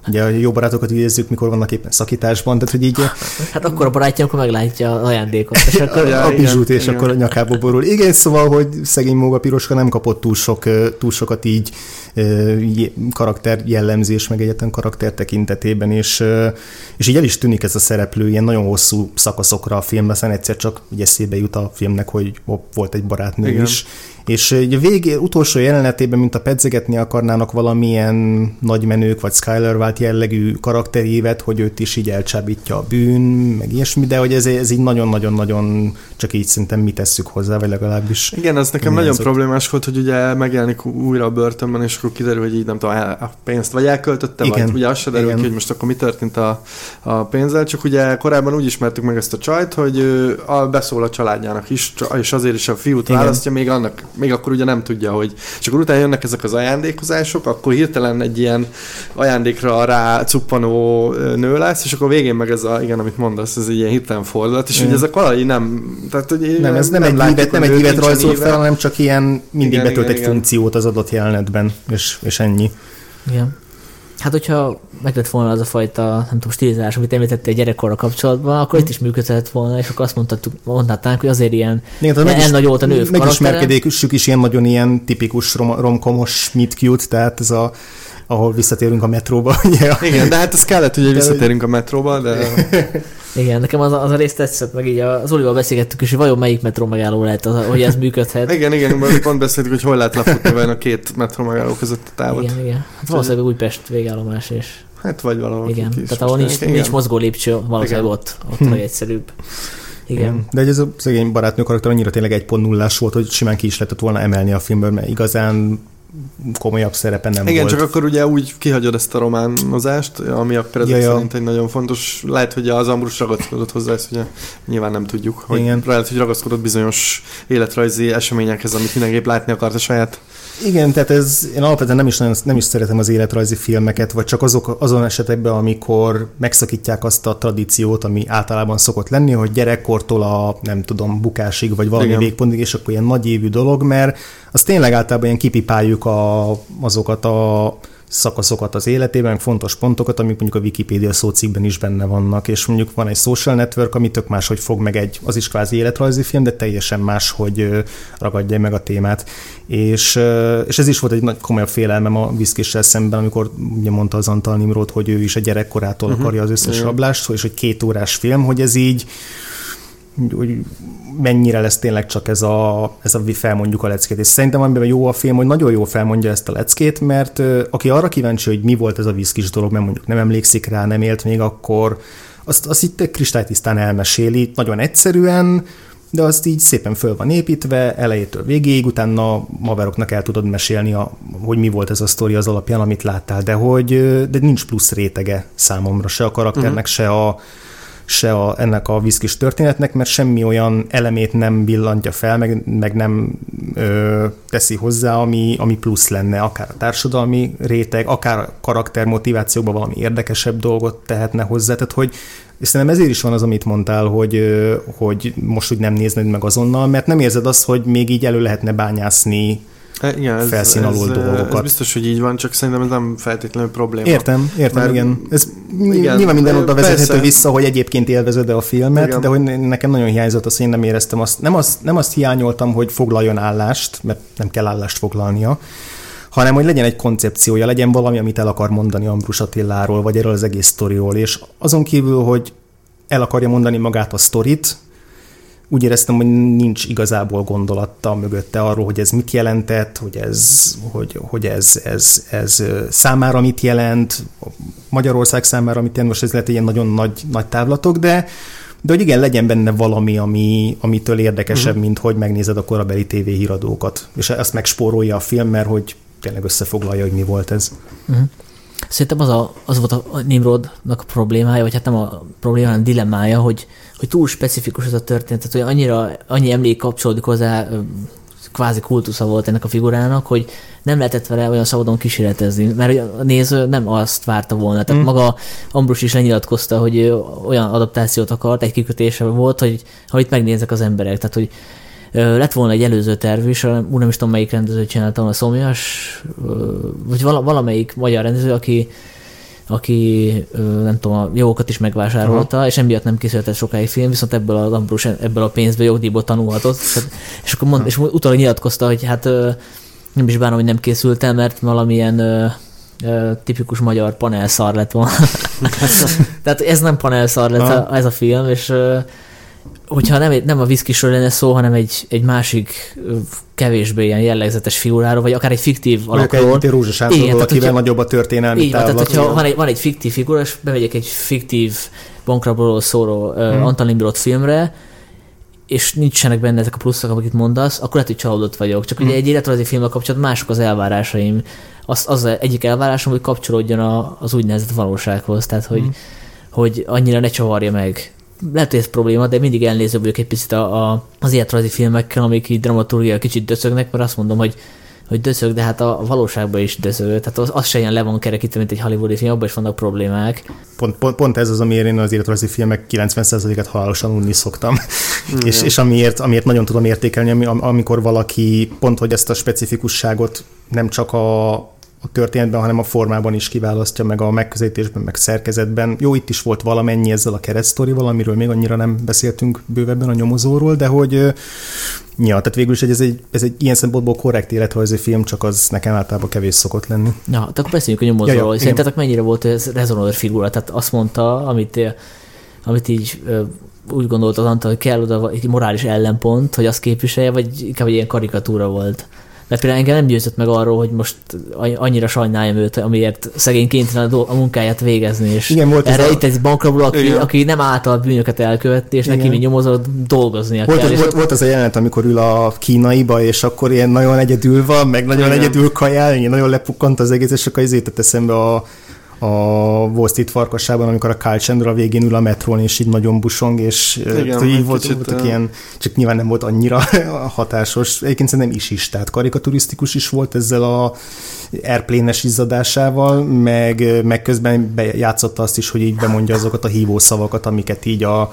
Ugye a jó barátokat idézzük, mikor vannak éppen szakításban, tehát hogy így... Hát akkor a barátja, akkor meglátja az ajándékot. És akkor a bizsút, és akkor a nyakába borul. Igen, szóval, hogy szegény Móga Piroska nem kapott túl, sok, túl sokat így karakter jellemzés, meg egyetem karakter tekintetében, és, és így el is tűnik ez a szereplő ilyen nagyon hosszú szakaszokra a filmben, aztán egyszer csak így eszébe jut a filmnek, hogy volt egy barátnő igen. is. És a végé, utolsó jelenetében, mint a pedzegetni akarnának valamilyen nagymenők, vagy Skyler vált jellegű karakterévet, hogy őt is így elcsábítja a bűn, meg ilyesmi, de hogy ez, ez így nagyon-nagyon-nagyon csak így szerintem mi tesszük hozzá, vagy legalábbis. Igen, az nekem nagyon problémás volt, hogy ugye megjelenik újra a börtönben, és akkor kiderül, hogy így nem tudom, a pénzt vagy elköltötte, igen. vagy ugye az se derül ki, hogy most akkor mi történt a, a pénzzel, csak ugye korábban úgy ismertük meg ezt a csajt, hogy a, beszól a családjának is, és azért is a fiút igen. választja, még annak még akkor ugye nem tudja, hogy... És akkor utána jönnek ezek az ajándékozások, akkor hirtelen egy ilyen ajándékra rá cuppanó nő lesz, és akkor végén meg ez a, igen, amit mondasz, ez egy ilyen hirtelen fordulat, és ugye ezek valahogy nem... Tehát, hogy nem, ez nem, nem egy ívet, nem egy ívet rajzolt fel, hanem csak ilyen mindig igen, betölt igen, egy igen. funkciót az adott jelenetben, és, és ennyi. Igen. Hát, hogyha meg lett volna az a fajta, nem tudom, stilizálás, amit említettél gyerekkorra kapcsolatban, akkor mm. itt is működhetett volna, és akkor azt mondhatjuk, mondhatnánk, hogy azért ilyen elnagyolt a nő karaktere. Megismerkedésük is ilyen nagyon ilyen tipikus rom- romkomos meet cute, tehát ez a ahol visszatérünk a metróba. Ugye? Igen, de hát ez kellett, hogy visszatérünk a metróba, de... Igen, nekem az a, az a rész tetszett, meg így az Olival beszélgettük is, hogy vajon melyik metró megálló lehet, az, hogy ez működhet. Igen, igen, pont beszéltük, hogy hol lehet lefutni vajon a két metró megálló között a távot. Igen, igen. Hát valószínűleg Újpest végállomás és... Hát vagy valahol. Igen, tehát ahol nincs, nincs mozgó lépcső, valószínűleg ott, ott hm. legegyszerűbb. Igen. Igen. De ez a szegény barátnő karakter annyira tényleg egy pont nullás volt, hogy simán ki is lehetett volna emelni a filmből, mert igazán komolyabb szerepe nem igen, volt. Igen, csak akkor ugye úgy kihagyod ezt a románozást, ami akkor ezek ja, szerint egy nagyon fontos. Lehet, hogy az Ambrus ragaszkodott hozzá, ezt ugye nyilván nem tudjuk. Hogy igen. Lehet, hogy ragaszkodott bizonyos életrajzi eseményekhez, amit mindenképp látni akart a saját. Igen, tehát ez, én alapvetően nem is, nagyon, nem is szeretem az életrajzi filmeket, vagy csak azok, azon esetekben, amikor megszakítják azt a tradíciót, ami általában szokott lenni, hogy gyerekkortól a, nem tudom, bukásig, vagy valami igen. végpontig, és akkor ilyen nagyévű dolog, mert az tényleg általában ilyen kipipáljuk a, azokat a szakaszokat az életében, meg fontos pontokat, amik mondjuk a Wikipédia szócikkben is benne vannak, és mondjuk van egy social network, ami tök máshogy fog meg egy, az is kvázi életrajzi film, de teljesen más, hogy ragadja meg a témát. És, és ez is volt egy nagy komolyabb félelmem a Viszkissel szemben, amikor ugye mondta az Antal Nimród, hogy ő is a gyerekkorától uh-huh. akarja az összes uh-huh. rablást, és hogy két órás film, hogy ez így hogy mennyire lesz tényleg csak ez a, ez a felmondjuk a leckét. És szerintem amiben jó a film, hogy nagyon jó felmondja ezt a leckét, mert aki arra kíváncsi, hogy mi volt ez a viszkis dolog, mert mondjuk nem emlékszik rá, nem élt még akkor, azt, azt itt kristálytisztán elmeséli, nagyon egyszerűen, de azt így szépen föl van építve, elejétől végéig, utána maveroknak el tudod mesélni, a, hogy mi volt ez a sztori az alapján, amit láttál, de hogy de nincs plusz rétege számomra, se a karakternek, uh-huh. se a se a, ennek a viszkis történetnek, mert semmi olyan elemét nem billantja fel, meg, meg nem ö, teszi hozzá, ami, ami plusz lenne, akár a társadalmi réteg, akár a karaktermotivációkban valami érdekesebb dolgot tehetne hozzá, tehát hogy és szerintem ezért is van az, amit mondtál, hogy, hogy most úgy nem nézned meg azonnal, mert nem érzed azt, hogy még így elő lehetne bányászni igen, ez, felszín alól ez, dolgokat. Ez biztos, hogy így van, csak szerintem ez nem feltétlenül probléma. Értem, értem, mert, igen. Ez igen, nyilván minden oda vezethető persze. vissza, hogy egyébként élvezed a filmet, igen. de hogy nekem nagyon hiányzott az, én nem éreztem azt, nem azt, nem azt hiányoltam, hogy foglaljon állást, mert nem kell állást foglalnia, hanem hogy legyen egy koncepciója, legyen valami, amit el akar mondani Ambrus Attiláról, vagy erről az egész sztoriról, és azon kívül, hogy el akarja mondani magát a sztorit, úgy éreztem, hogy nincs igazából gondolata mögötte arról, hogy ez mit jelentett, hogy ez, hogy, hogy ez, ez, ez számára mit jelent, Magyarország számára mit jelent, most ez lehet ilyen nagyon nagy, nagy távlatok, de, de hogy igen, legyen benne valami, ami, amitől érdekesebb, uh-huh. mint hogy megnézed a korabeli tévéhíradókat. És ezt megspórolja a film, mert hogy tényleg összefoglalja, hogy mi volt ez. Uh-huh. Szerintem az, a, az volt a Nimrodnak a problémája, vagy hát nem a probléma, hanem dilemmája, hogy, hogy túl specifikus ez a történet, tehát hogy annyira, annyi emlék kapcsolódik hozzá, kvázi kultusza volt ennek a figurának, hogy nem lehetett vele olyan szabadon kísérletezni, mert a néző nem azt várta volna. Tehát mm. maga Ambrus is lenyilatkozta, hogy olyan adaptációt akart, egy kikötése volt, hogy ha itt megnézek az emberek, tehát hogy lett volna egy előző terv is, úgy nem is tudom, melyik rendező csinálta, a Szomjas, vagy valamelyik magyar rendező, aki aki nem tudom, a jogokat is megvásárolta, uh-huh. és emiatt nem készülhetett sokáig film, viszont ebből az Ambrose ebből a pénzből jogdíjból tanulhatott. És akkor mond, és utána nyilatkozta, hogy hát nem is bánom, hogy nem készültem, mert valamilyen ö, ö, tipikus magyar panelszar lett volna. Tehát ez nem panelszar lett a, ez a film, és ö, hogyha nem, nem a viszkisről lenne szó, hanem egy, egy másik kevésbé ilyen jellegzetes figuráról, vagy akár egy fiktív alakról. Vagy egy Rózsa Sándorról, akivel nagyobb a történelmi távlat. Tehát, hogyha van egy, van egy fiktív figura, és bemegyek egy fiktív bankrablóról szóló hmm. Antal Imbrot filmre, és nincsenek benne ezek a pluszok, amiket mondasz, akkor lehet, hogy csalódott vagyok. Csak hmm. ugye egy életrajzi filmmel kapcsolatban mások az elvárásaim. Az, az egyik elvárásom, hogy kapcsolódjon a, az úgynevezett valósághoz, tehát hogy, hmm. hogy annyira ne csavarja meg. Lehet, hogy ez probléma, de mindig elnéző vagyok egy picit a, a, az életrajzi filmekkel, amik így dramaturgia kicsit döcögnek, mert azt mondom, hogy, hogy döcög, de hát a valóságban is döcög. Tehát az, az se ilyen le van kerekítve, mint egy hollywoodi film, abban is vannak problémák. Pont, pont, pont ez az, amiért én az életrajzi filmek kilencven százalékát halálosan unni szoktam. és és amiért, amiért nagyon tudom értékelni, amikor valaki pont, hogy ezt a specifikusságot nem csak a a történetben, hanem a formában is kiválasztja, meg a megközelítésben, meg szerkezetben. Jó, itt is volt valamennyi ezzel a keresztsztorival, amiről még annyira nem beszéltünk bővebben a nyomozóról, de hogy ja, tehát végül is ez egy, ez egy ilyen szempontból korrekt életrajzi film, csak az nekem általában kevés szokott lenni. Ja, tehát akkor beszéljünk a nyomozóról. Ja, ja, szerintetek mennyire volt ez rezonáló figura? Tehát azt mondta, amit, amit így úgy gondolt az Antal, hogy kell oda egy morális ellenpont, hogy azt képviselje, vagy inkább egy ilyen karikatúra volt? Mert például engem nem győzött meg arról, hogy most annyira sajnáljam őt, amiért szegény kénytelen a munkáját végezni, és igen, volt erre itt a... egy bankrabló, aki, aki nem által bűnöket elkövetni, és igen. neki, mint nyomozó, dolgoznia volt kell. Az, volt, volt az a jelenet, amikor ül a kínaiba, és akkor ilyen nagyon egyedül van, meg nagyon igen. egyedül kajál, nagyon lepukkant az egész, és akkor ezért eszembe a a Wall Street farkasában, amikor a Kyle Chandler a végén ül a metrón, és így nagyon busong, és igen, így volt, voltak ilyen, csak nyilván nem volt annyira hatásos. Egyébként szerintem is is, tehát karikaturisztikus is volt ezzel a airplane-es izzadásával, meg, meg közben bejátszotta azt is, hogy így bemondja azokat a hívószavakat, amiket így a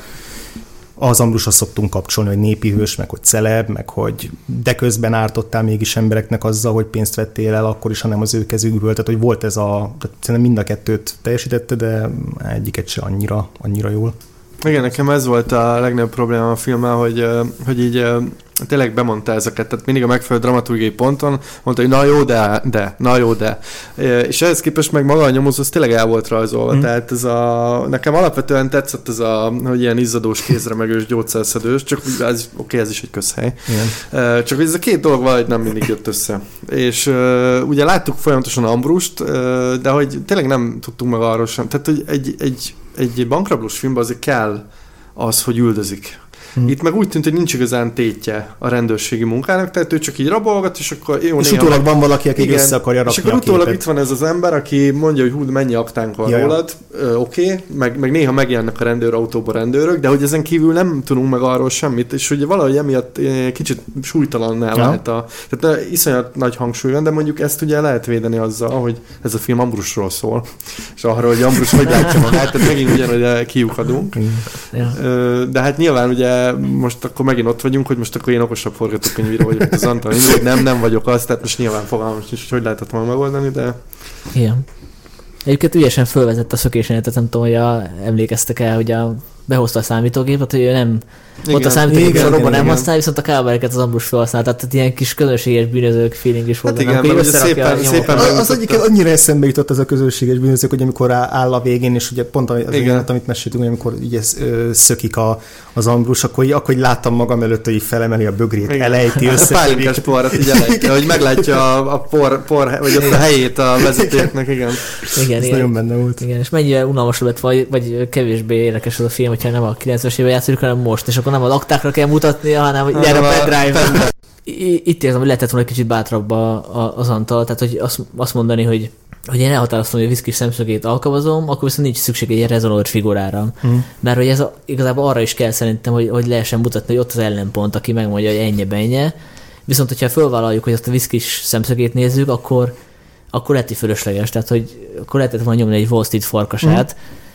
az Ambrusra szoktunk kapcsolni, hogy népi hős, meg hogy celeb, meg hogy de közben ártottál mégis embereknek azzal, hogy pénzt vettél el, akkor is, hanem az ő kezükből. Tehát, hogy volt ez a... Tehát szerintem mind a kettőt teljesítette, de egyiket se annyira, annyira jól. Igen, nekem ez volt a legnagyobb probléma a filmmel, hogy, hogy így tényleg bemondta ezeket, tehát mindig a megfelelő dramaturgiai ponton mondta, hogy na jó, de, de, na jó, de. És ehhez képest meg maga a nyomozó, az tényleg el volt rajzolva, mm. tehát ez a, nekem alapvetően tetszett ez a, hogy ilyen izzadós, kézremegős, gyógyszerszedős, csak ez, oké, ez is egy közhely. Igen. Csak ez a két dolog valahogy nem mindig jött össze. És ugye láttuk folyamatosan Ambrust, de hogy tényleg nem tudtunk meg arról sem. Tehát, hogy egy, egy, egy bankrablós filmben azért kell az, hogy üldözik. Hmm. Itt meg úgy tűnt, hogy nincs igazán tétje a rendőrségi munkának, tehát ő csak így rabolgat, és akkor jó, és utólag meg... van valaki, aki igen, össze akarja rakni. És akkor utólag itt van ez az ember, aki mondja, hogy hú, mennyi aktánk van rólad, oké, okay, meg, meg néha megjelennek a rendőrautóban rendőrök, de hogy ezen kívül nem tudunk meg arról semmit, és ugye valahogy emiatt kicsit súlytalanná ja. lehet a... Tehát iszonyat nagy hangsúly van, de mondjuk ezt ugye lehet védeni azzal, hogy ez a film Ambrusról szól, és arról, hogy Ambrus hogy látja magát, tehát megint ugyanúgy kiukadunk. Ja. De hát nyilván ugye most akkor megint ott vagyunk, hogy most akkor én okosabb forgatókönyvíró vagyok, az Antal, hogy nem, nem vagyok az, tehát most nyilván fogalmam is, hogy hogy lehetett volna megoldani, de... Igen. Egyébként ügyesen fölvezett a szökésjelentet, nem tudom, hogy a, emlékeztek el, hogy a, behozta a számítógépet, hogy ő nem... Igen. Ott a számítógép sorokban nem használ, viszont a kábeleket az Ambrus felhasználta, tehát ilyen kis közönséges bűnözők feeling is volt. Hát igen, mert ugye szépen, szépen az, az egyik annyira eszembe jutott ez a közönséges bűnözők, hogy amikor áll a végén, és ugye pont az jelenet, amit meséltünk, hogy amikor ugye szökik a, az Ambrus, akkor, akkor láttam magam előtt, hogy felemeli a bögrét, igen. elejti össze. A pálinkás porrat így elejti, hogy meglátja a, a por, por, vagy ott a helyét a vezetőknek, igen. Igen, ez nagyon benne volt. Igen, és mennyire unalmasabb lett, vagy, vagy kevésbé érdekes az a film, hogyha nem a kilencvenes évben játszunk, hanem most, és akkor nem az aktákra kell mutatnia, hanem hogy gyere a pendrive. Itt érzem, hogy lehetett volna egy kicsit bátrabb az Antal, tehát hogy azt, azt mondani, hogy, hogy én elhatároztam, hogy a viszkis szemszögét alkalmazom, akkor viszont nincs szükség egy ilyen rezonolót figurára. Mm. Mert hogy ez a, igazából arra is kell szerintem, hogy, hogy lehessen mutatni, hogy ott az ellenpont, aki megmondja, hogy ennyi bennye. Viszont, hogyha fölvállaljuk, hogy azt a viszkis szemszögét nézzük, akkor, akkor lehet, hogy fölösleges. Tehát, hogy akkor lehetett volna nyomni egy Wall Street farkasát, mm.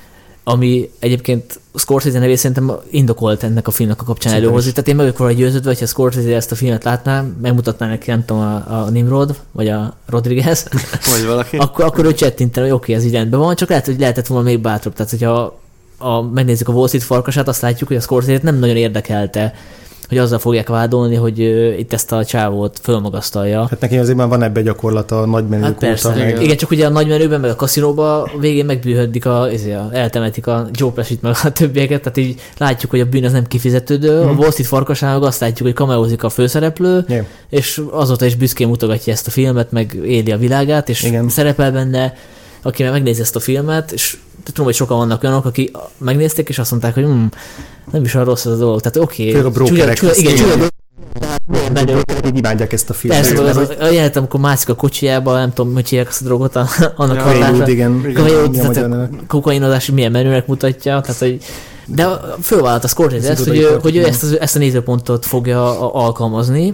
ami egyébként Scorsese nevét szerintem indokolt ennek a filmnek a kapcsán előhozni. Tehát én meg vagyok róla győződve, hogyha Scorsese ezt a filmet látná, megmutatná neki, nem tudom, a, a Nimrod, vagy a Rodriguez, vagy valaki. akkor, akkor ő csettintene, hogy oké, okay, ez így rendben van, csak lehet, hogy lehetett volna még bátrabb. Tehát, hogyha a, megnézzük a Wall Street farkasát, azt látjuk, hogy a Scorsese nem nagyon érdekelte, hogy azzal fogják vádolni, hogy uh, itt ezt a csávót fölmagasztalja. Hát neki azért már van ebbe gyakorlata a nagymenők hát persze, óta. Meg... Igen, csak ugye a nagymenőben, meg a kaszinóban a végén megbűhödik, a, a, eltemetik a Joe Pesci-t, meg a többieket, tehát így látjuk, hogy a bűn az nem kifizetődő. Mm. A Wall Street farkasának azt látjuk, hogy kameózik a főszereplő, yeah. és azóta is büszkén mutogatja ezt a filmet, meg éli a világát, és igen. szerepel benne, aki megnézi ezt a filmet, és tudom, hogy sokan vannak olyanok, akik megnézték, és azt mondták, hogy hm, nem is olyan rossz ez a dolog. Tehát oké. Okay, a brókerek. Igen, csúnya, így imádják ezt a filmet. Persze, az, az, a jelenet, amikor mászik a kocsijába, nem tudom, hogy hívják azt a drogot, annak ja, hatása. Igen, igen. Kokainozás milyen menőnek mutatja, tehát, hogy de fölvállalt a Scorsese ezt, hogy, hogy ő ezt, az, ezt a nézőpontot fogja alkalmazni,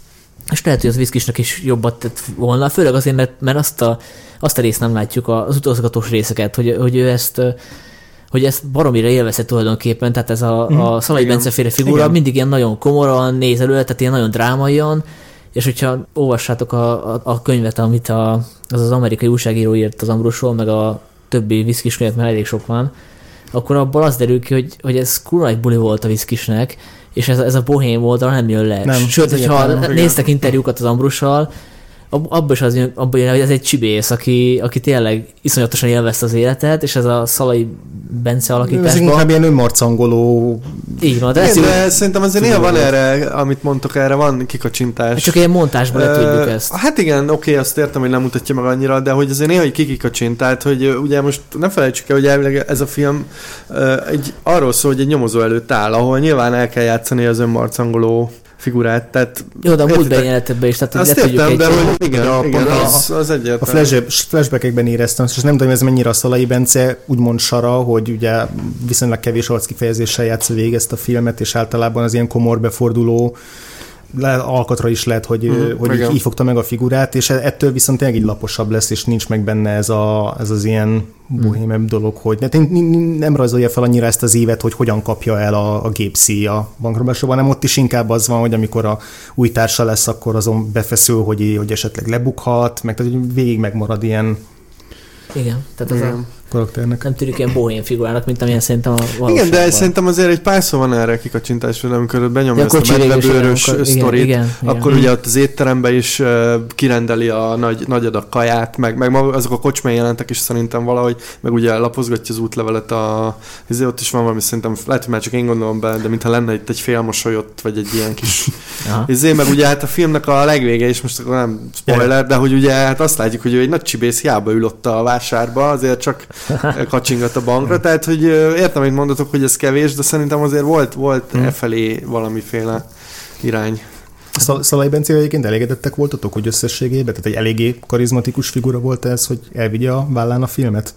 és lehet, hogy az viszkisnek is jobbat tett volna, főleg azért, mert, mert azt, a, azt a részt nem látjuk, az utolsgatós részeket, hogy, hogy ő ezt hogy ezt baromira élvezte tulajdonképpen, tehát ez a, mm, a Szalai Bence féle figura igen. mindig ilyen nagyon komoran néz előle, tehát ilyen nagyon drámaian, és hogyha olvassátok a, a, a könyvet, amit a, az az amerikai újságíró írt az Ambrusról, meg a többi viszkis könyvet, mert elég sok van, akkor abból az derül ki, hogy, hogy ez kurva egy buli volt a viszkisnek, és ez, ez a bohém oldal nem jön le. Nem, sőt, hogyha nem, néztek igen. interjúkat az Ambrussal, abban is az, abban jön, hogy ez egy csibész, aki, aki tényleg iszonyatosan élvezte az életet, és ez a Szalai Bence alakításban... Ez inkább ilyen önmarcangoló... Így van, de, igen, de szerintem azért néha van erre, amit mondtok, erre van kikacsintás. Csak ilyen montásban uh, le tudjuk ezt. Hát igen, oké, okay, azt értem, hogy nem mutatja meg annyira, de hogy azért néha egy kikikacsint, tehát hogy ugye most nem felejtsük el, hogy elvileg ez a film uh, egy, arról szól, hogy egy nyomozó előtt áll, ahol nyilván el kell játszani az önmarcangoló figurát, tehát... Jó, de a múltban jelenetben is, tehát azt értem, de hogy igen, a, igen a, az, az egyértelmű. A flashbackekben éreztem, és nem tudom, ez mennyire a Szalai Bence úgymond sara, hogy ugye viszonylag kevés arckifejezéssel játsz végig ezt a filmet, és általában az ilyen komor beforduló le, alkatra is lehet, hogy, mm, hogy így, így fogta meg a figurát, és ettől viszont tényleg így laposabb lesz, és nincs meg benne ez, a, ez az ilyen bohémebb mm. dolog, hogy nem rajzolja fel annyira ezt az évet, hogy hogyan kapja el a, a gépszíj a bankrablásban, hanem ott is inkább az van, hogy amikor a új társa lesz, akkor azon befeszül, hogy, hogy esetleg lebukhat, meg tehát végig megmarad ilyen igen, tehát az a karakternek. Nem tűnik ilyen bohém figurának, mint amilyen szerintem a valóságban. Igen, de szerintem azért egy párszor van erre kikacsintásról, amikor benyomja ezt a medvebőrös sztorit, igen, akkor igen. ugye ott az étteremben is uh, kirendeli a nagy, nagy adag kaját, meg, meg azok a kocsmai jelentek is szerintem valahogy, meg ugye lapozgatja az útlevelet, a, azért ott is van valami, szerintem lehet, hogy már csak én gondolom be, de mintha lenne itt egy félmosolyott, vagy egy ilyen kis ezért, meg ugye hát a filmnek a legvége is, most akkor nem spoiler, de hogy ugye hát azt látjuk, hogy ő egy nagy csibész hiába ül ott a vásárba, azért csak kacsingat a bankra, tehát hogy értem, hogy mondatok, hogy ez kevés, de szerintem azért volt, volt hmm. e felé valamiféle irány. Szalai Bencével egyébként elégedettek voltatok, hogy összességében, tehát egy eléggé karizmatikus figura volt ez, hogy elvigye a vállán a filmet?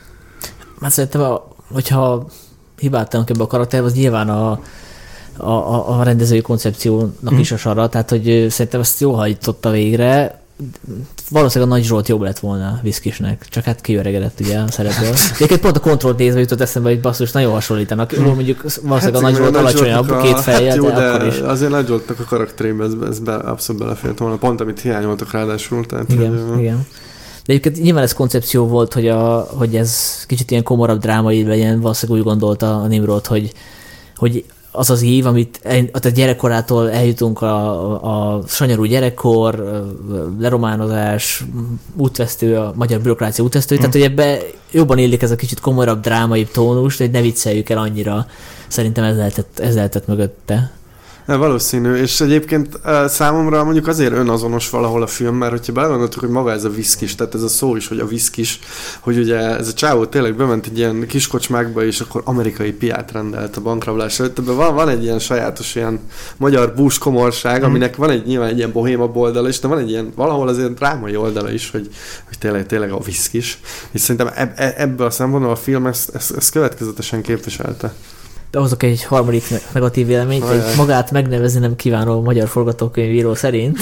Hát szerintem, hogyha hibáltanak ebbe a karakterbe, az nyilván a, a, a, a rendezői koncepciónak hmm. is a sara, tehát hogy szerintem ezt jól hajtotta végre. Valószínűleg a Nagy Zsolt jobb lett volna Viszkisnek, csak hát kiöregedett ugye a szerepből. Egyébként pont a Kontrollt nézve jutott eszembe, hogy basszus, nagyon hasonlítanak. Hmm. Mondjuk valószínűleg hát, a Nagy Zsolt alacsonyabb, a, két fejjel, hát jó, de, de akkor is. Azért Nagy Zsoltnak a karakterében ez, ez be, abszolút belefért volna, pont amit hiányoltak ráadásul. Tehát, igen, hogy, igen. De egyébként nyilván ez koncepció volt, hogy, a, hogy ez kicsit ilyen komorabb drámai legyen, valószínűleg úgy gondolta a Nimrod, hogy, hogy az az ív, amit a gyerekkorától eljutunk a, a sanyarú gyerekkor, lerománozás, útvesztő, a magyar bürokrácia útvesztő, mm. tehát hogy ebbe jobban illik ez a kicsit komorabb, drámaibb tónus, hogy ne vicceljük el annyira. Szerintem ez lehetett, ez lehetett mögötte. Ja, valószínű, és egyébként számomra mondjuk azért önazonos valahol a film, mert hogyha belegondoltuk, hogy maga ez a viszkis, tehát ez a szó is, hogy a viszkis, hogy ugye ez a csávó tényleg bement egy ilyen kiskocsmákba, és akkor amerikai piát rendelt a bankrablásra. Ebben van, van egy ilyen sajátos ilyen magyar búskomorság, mm. aminek van egy nyilván egy ilyen bohémabb oldala is, de van egy ilyen valahol azért drámai oldala is, hogy, hogy tényleg, tényleg a viszkis. És szerintem eb, ebbe a szempontból a film ezt, ezt, ezt következetesen képviselte. behozok egy harmadik negatív véleményt, egy magát megnevezni nem kívánó magyar forgatókönyvíró szerint.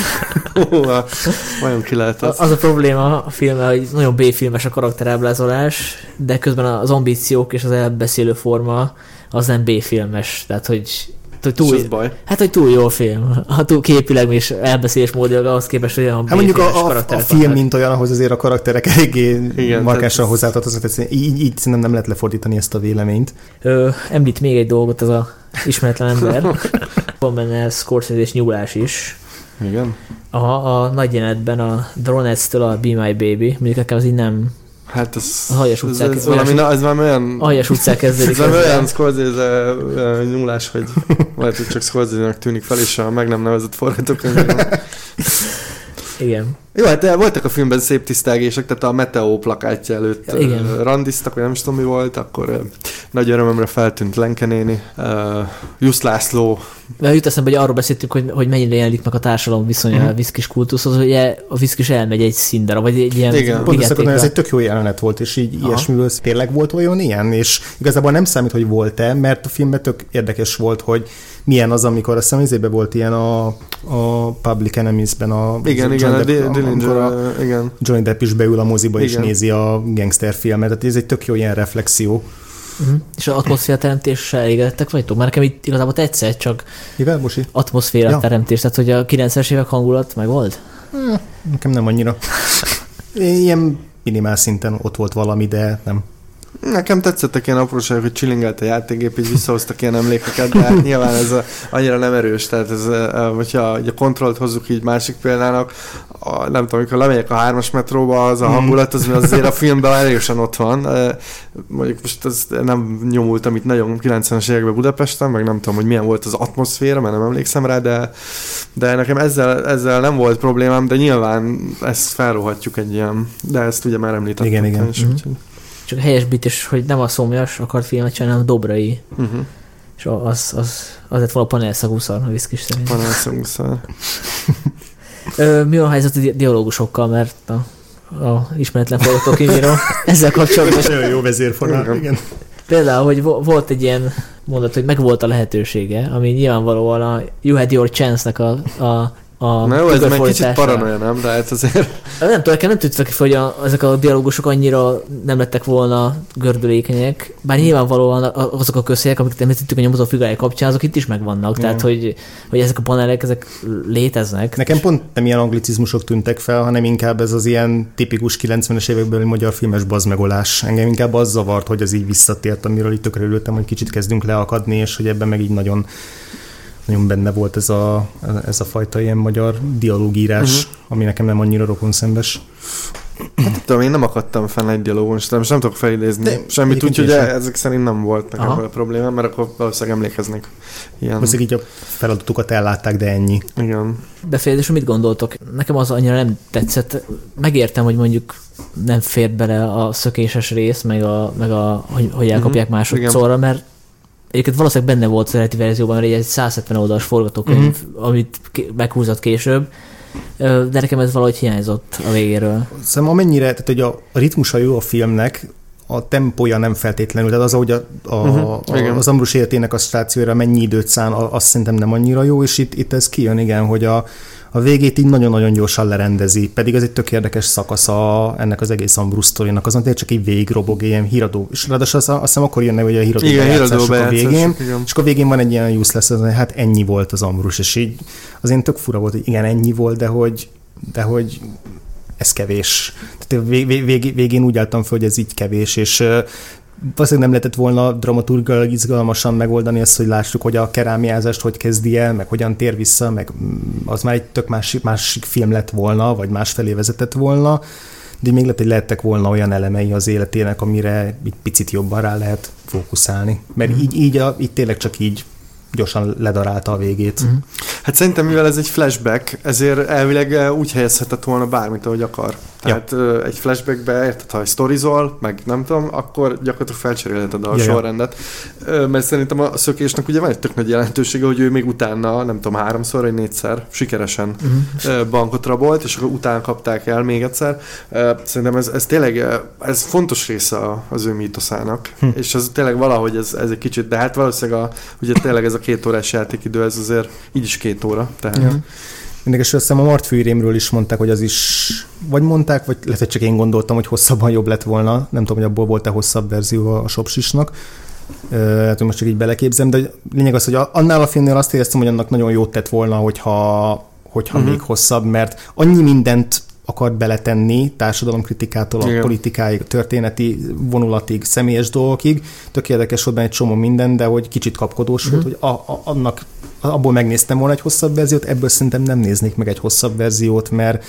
Vajon ki lehet az? Az a probléma a filmmel, hogy nagyon B-filmes a karakterábrázolás, de közben az ambíciók és az elbeszélő forma az nem B-filmes, tehát hogy hogy túl, hát, hogy túl jó film. Ha túl képileg és elbeszélés módjára ahhoz képest, hogy olyan hát mondjuk a, a, a film, vannak. Mint olyan, ahhoz azért a karakterek eléggé markánsan hozzátartoznak, így, így szerintem nem lehet lefordítani ezt a véleményt. Ö, említ még egy dolgot, ez az ismeretlen ember. Van benne Scorsese és nyúlás is. Igen. A, a nagy jelenetben a Dronettes-től a Be My Baby, mondjuk nekem az így nem. Hát ez, a Hajas utcák, ez, ez, valami, na, ez valami olyan... A Hajas utcák kezdődik. Ez valami olyan Scorsese nyúlás, hogy lehet, hogy csak Scorsese-nek tűnik fel, és a meg nem nevezett forgatókönyvben. Igen. Jó, hát voltak a filmben szép tisztelgések, tehát a Meteo plakátja előtt ja, randiztak, vagy nem is tudom mi volt, akkor uh, nagy örömömre feltűnt Lenke néni, uh, Jusz László. Mert jut eszembe, hogy arról beszéltünk, hogy, hogy mennyire jelenik meg a társadalom viszonya mm-hmm. a viszkis kultuszhoz, hogy a viszkis elmegy egy színdarra, vagy egy ilyen igen. Pont azt ez egy tök jó jelenet volt, és így aha. ilyesmiből tényleg volt olyan ilyen, és igazából nem számít, hogy volt-e, mert a filmben tök érdekes volt, hogy milyen az, amikor azt hiszem izébe volt ilyen a, a Public Enemies-ben a igen, Johnny igen, Depp, a Dillinger, a, igen. Johnny Depp is beül a moziba igen. és nézi a gangster filmet, tehát ez egy tök jó ilyen reflexió. Uh-huh. És az atmoszféra teremtéssel elégedettek vagytok? Mert nekem itt igazából tetszett, csak mivel, Bosi? Atmoszféra ja. teremtés, tehát hogy a kilencvenes évek hangulat meg volt? Hmm, nekem nem annyira. Ilyen minimál szinten ott volt valami, de nem. Nekem tetszettek ilyen apróságok, hogy csillingelt a játékgép, így visszahoztak ilyen emlékeket, de hát nyilván ez a, annyira nem erős, tehát ez, hogyha a kontrollt hozzuk így másik példának, a, nem tudom, amikor lemegyek a hármas metróba, az a hangulat, az azért a filmben erősen ott van. Mondjuk most ez nem nyomultam itt nagyon kilencvenes években Budapesten, meg nem tudom, hogy milyen volt az atmoszféra, mert nem emlékszem rá, de, de nekem ezzel, ezzel nem volt problémám, de nyilván ezt felróhatjuk egy ilyen, de ezt ugye már említettem. Igen, igen. Is, mm-hmm. Csak helyesbítés, hogy nem a Szomjas akart filmet csinálni, hanem a Dobrai. Uh-huh. És az, az, az lett volna a panelszagúszar, a viszkis szerint. Panelszagúszar. Mi a helyzet a dialógusokkal, mert a, a ismeretlen forgatókönyvíró ezzel kapcsolatban. Nagyon jó vezérfonal, igen. Például, hogy volt egy ilyen mondat, hogy megvolt a lehetősége, ami nyilvánvalóan a You Had Your Chance-nek a, a A na jó, ez meg kicsit paranoia, nem? De hát azért... Nem tudom, nekem nem tűnt fel, hogy a, ezek a dialógusok annyira nem lettek volna gördülékenyek, bár nyilvánvalóan azok a közhelyek, amiket említettük a nyomozó figurája kapcsán, azok itt is megvannak, tehát hogy, hogy ezek a panelek, ezek léteznek. Nekem pont nem ilyen anglicizmusok tűntek fel, hanem inkább ez az ilyen tipikus kilencvenes évekbeli magyar filmes bazmegolás. Engem inkább az zavart, hogy ez így visszatért, amiről itt tökre örültem, hogy kicsit kezdünk leakadni, és hogy ebben meg így nagyon nagyon benne volt ez a, ez a fajta ilyen magyar dialógírás, uh-huh. ami nekem nem annyira rokonszembes. Hát tudom, én nem akadtam fenn egy dialógon, és nem tudok felidézni de semmit, úgyhogy ezek szerint nem volt nekem a probléma, mert akkor valószínűleg emlékeznék. Ilyen... Valószínűleg így a feladatukat ellátták, de ennyi. Igen. Befejezésről mit gondoltok? Nekem az annyira nem tetszett. Megértem, hogy mondjuk nem fér bele a szökéses rész, meg a, meg a hogy, hogy elkapják uh-huh. másodszorra, mert egyébként valószínűleg benne volt az eredeti verzióban, mert egy száz hetven oldalas forgatókönyv, uh-huh. amit meghúzott később, de nekem ez valahogy hiányzott a végéről. Szerintem amennyire, tehát hogy a ritmusa jó a filmnek, a tempója nem feltétlenül, tehát az, ahogy a, a, uh-huh. a, az Ambrus életének a stációra mennyi időt szán, azt szerintem nem annyira jó, és itt, itt ez kijön, igen, hogy a, a végét így nagyon-nagyon gyorsan lerendezi, pedig ez egy tök érdekes szakasza ennek az egész Ambrus sztorinak, azon tényleg csak így végigrobog, ilyen híradó, és ráadásul azt hiszem akkor jönne, hogy a híradó bejátszások a végén, igen. És akkor a végén van egy ilyen useless, hogy hát ennyi volt az Ambrus, és így azért tök fura volt, hogy igen, ennyi volt, de hogy, de hogy ez kevés. Tehát vég, vég, végén úgy álltam fel, hogy ez így kevés, és valószínűleg nem lehetett volna dramaturgiailag izgalmasan megoldani ezt, hogy lássuk, hogy a kerámiázást hogy kezdi el, meg hogyan tér vissza, meg az már egy tök másik, másik film lett volna, vagy másfelé vezetett volna, de még lehet, hogy lehettek volna olyan elemei az életének, amire egy picit jobban rá lehet fókuszálni. Mert így, így, a, így tényleg csak így gyorsan ledarálta a végét. Uh-huh. Hát szerintem, mivel ez egy flashback, ezért elvileg úgy helyezhetett volna bármit, ahogy akar. Tehát ja. egy flashbackbe, érted, ha sztorizol, meg nem tudom, akkor gyakorlatilag felcserélheted a ja, sorrendet. Ja. Mert szerintem a Szökésnek ugye van egy tök nagy jelentősége, hogy ő még utána, nem tudom, háromszor vagy négyszer sikeresen uh-huh. bankot rabolt, és akkor utána kapták el még egyszer. Szerintem ez, ez tényleg ez fontos része az ő mítoszának, hm. és ez tényleg valahogy ez, ez egy kicsit, de hát valószínűleg a, ugye tényleg ez a két órás játékidő, ez azért így is két óra. Tehát. Ja. Mindenkessen azt hiszem a Martfűrémről is mondták, hogy az is, vagy mondták, vagy lehet, hogy csak én gondoltam, hogy hosszabban jobb lett volna. Nem tudom, hogy abból volt-e hosszabb verzió a Sopsisnak. Hát most csak így beleképzem, de lényeg az, hogy annál a filmnél azt éreztem, hogy annak nagyon jót tett volna, hogyha, hogyha uh-huh. még hosszabb, mert annyi mindent akart beletenni, társadalomkritikától a igen. politikáig, a történeti vonulatig, személyes dolgokig. Tök érdekes volt benne egy csomó minden, de hogy kicsit kapkodós uh-huh. volt, hogy a, a, annak, abból megnéztem volna egy hosszabb verziót, ebből szerintem nem néznék meg egy hosszabb verziót, mert,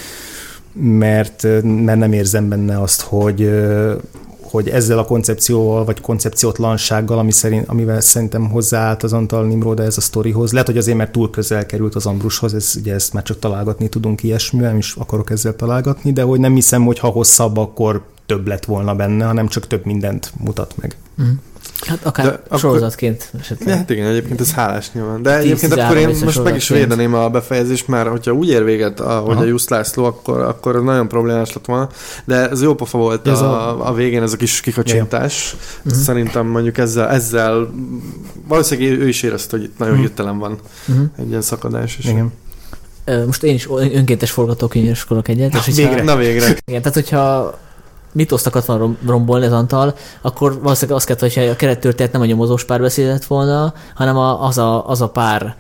mert, mert nem érzem benne azt, hogy, hogy ezzel a koncepcióval, vagy koncepciótlansággal, ami szerint, amivel szerintem hozzáállt az Antal Nimróda ez a sztorihoz. Lehet, hogy azért, mert túl közel került az Ambrushoz, ez, ugye ezt már csak találgatni tudunk ilyesmivel, nem is akarok ezzel találgatni, de hogy nem hiszem, hogy ha hosszabb, akkor több lett volna benne, hanem csak több mindent mutat meg. Mm. Hát akár de sorozatként esetleg. Ja, hát igen, egyébként ez hálás nyilván. De egyébként akkor én most meg is védeném a befejezést, mert hogyha úgy ér véget, ahogy Aha. a Jusz László, akkor, akkor nagyon problémás lett volna. De ez jó pofa volt a, a... a végén, ez a kis kikacsintás. Uh-huh. Szerintem mondjuk ezzel, ezzel valószínűleg ő is érezte, hogy itt nagyon uh-huh. hirtelen van uh-huh. egy ilyen szakadás. És igen. Most én is önkéntes forgatókönyveskodok egyet. Na, és végre. Na végre. Igen, tehát hogyha mitosztakat van rombolni az Antal, akkor valószínűleg azt kell, hogyha a kerettörténet nem a nyomozós párbeszéd lett volna, hanem a, az, a, az a pár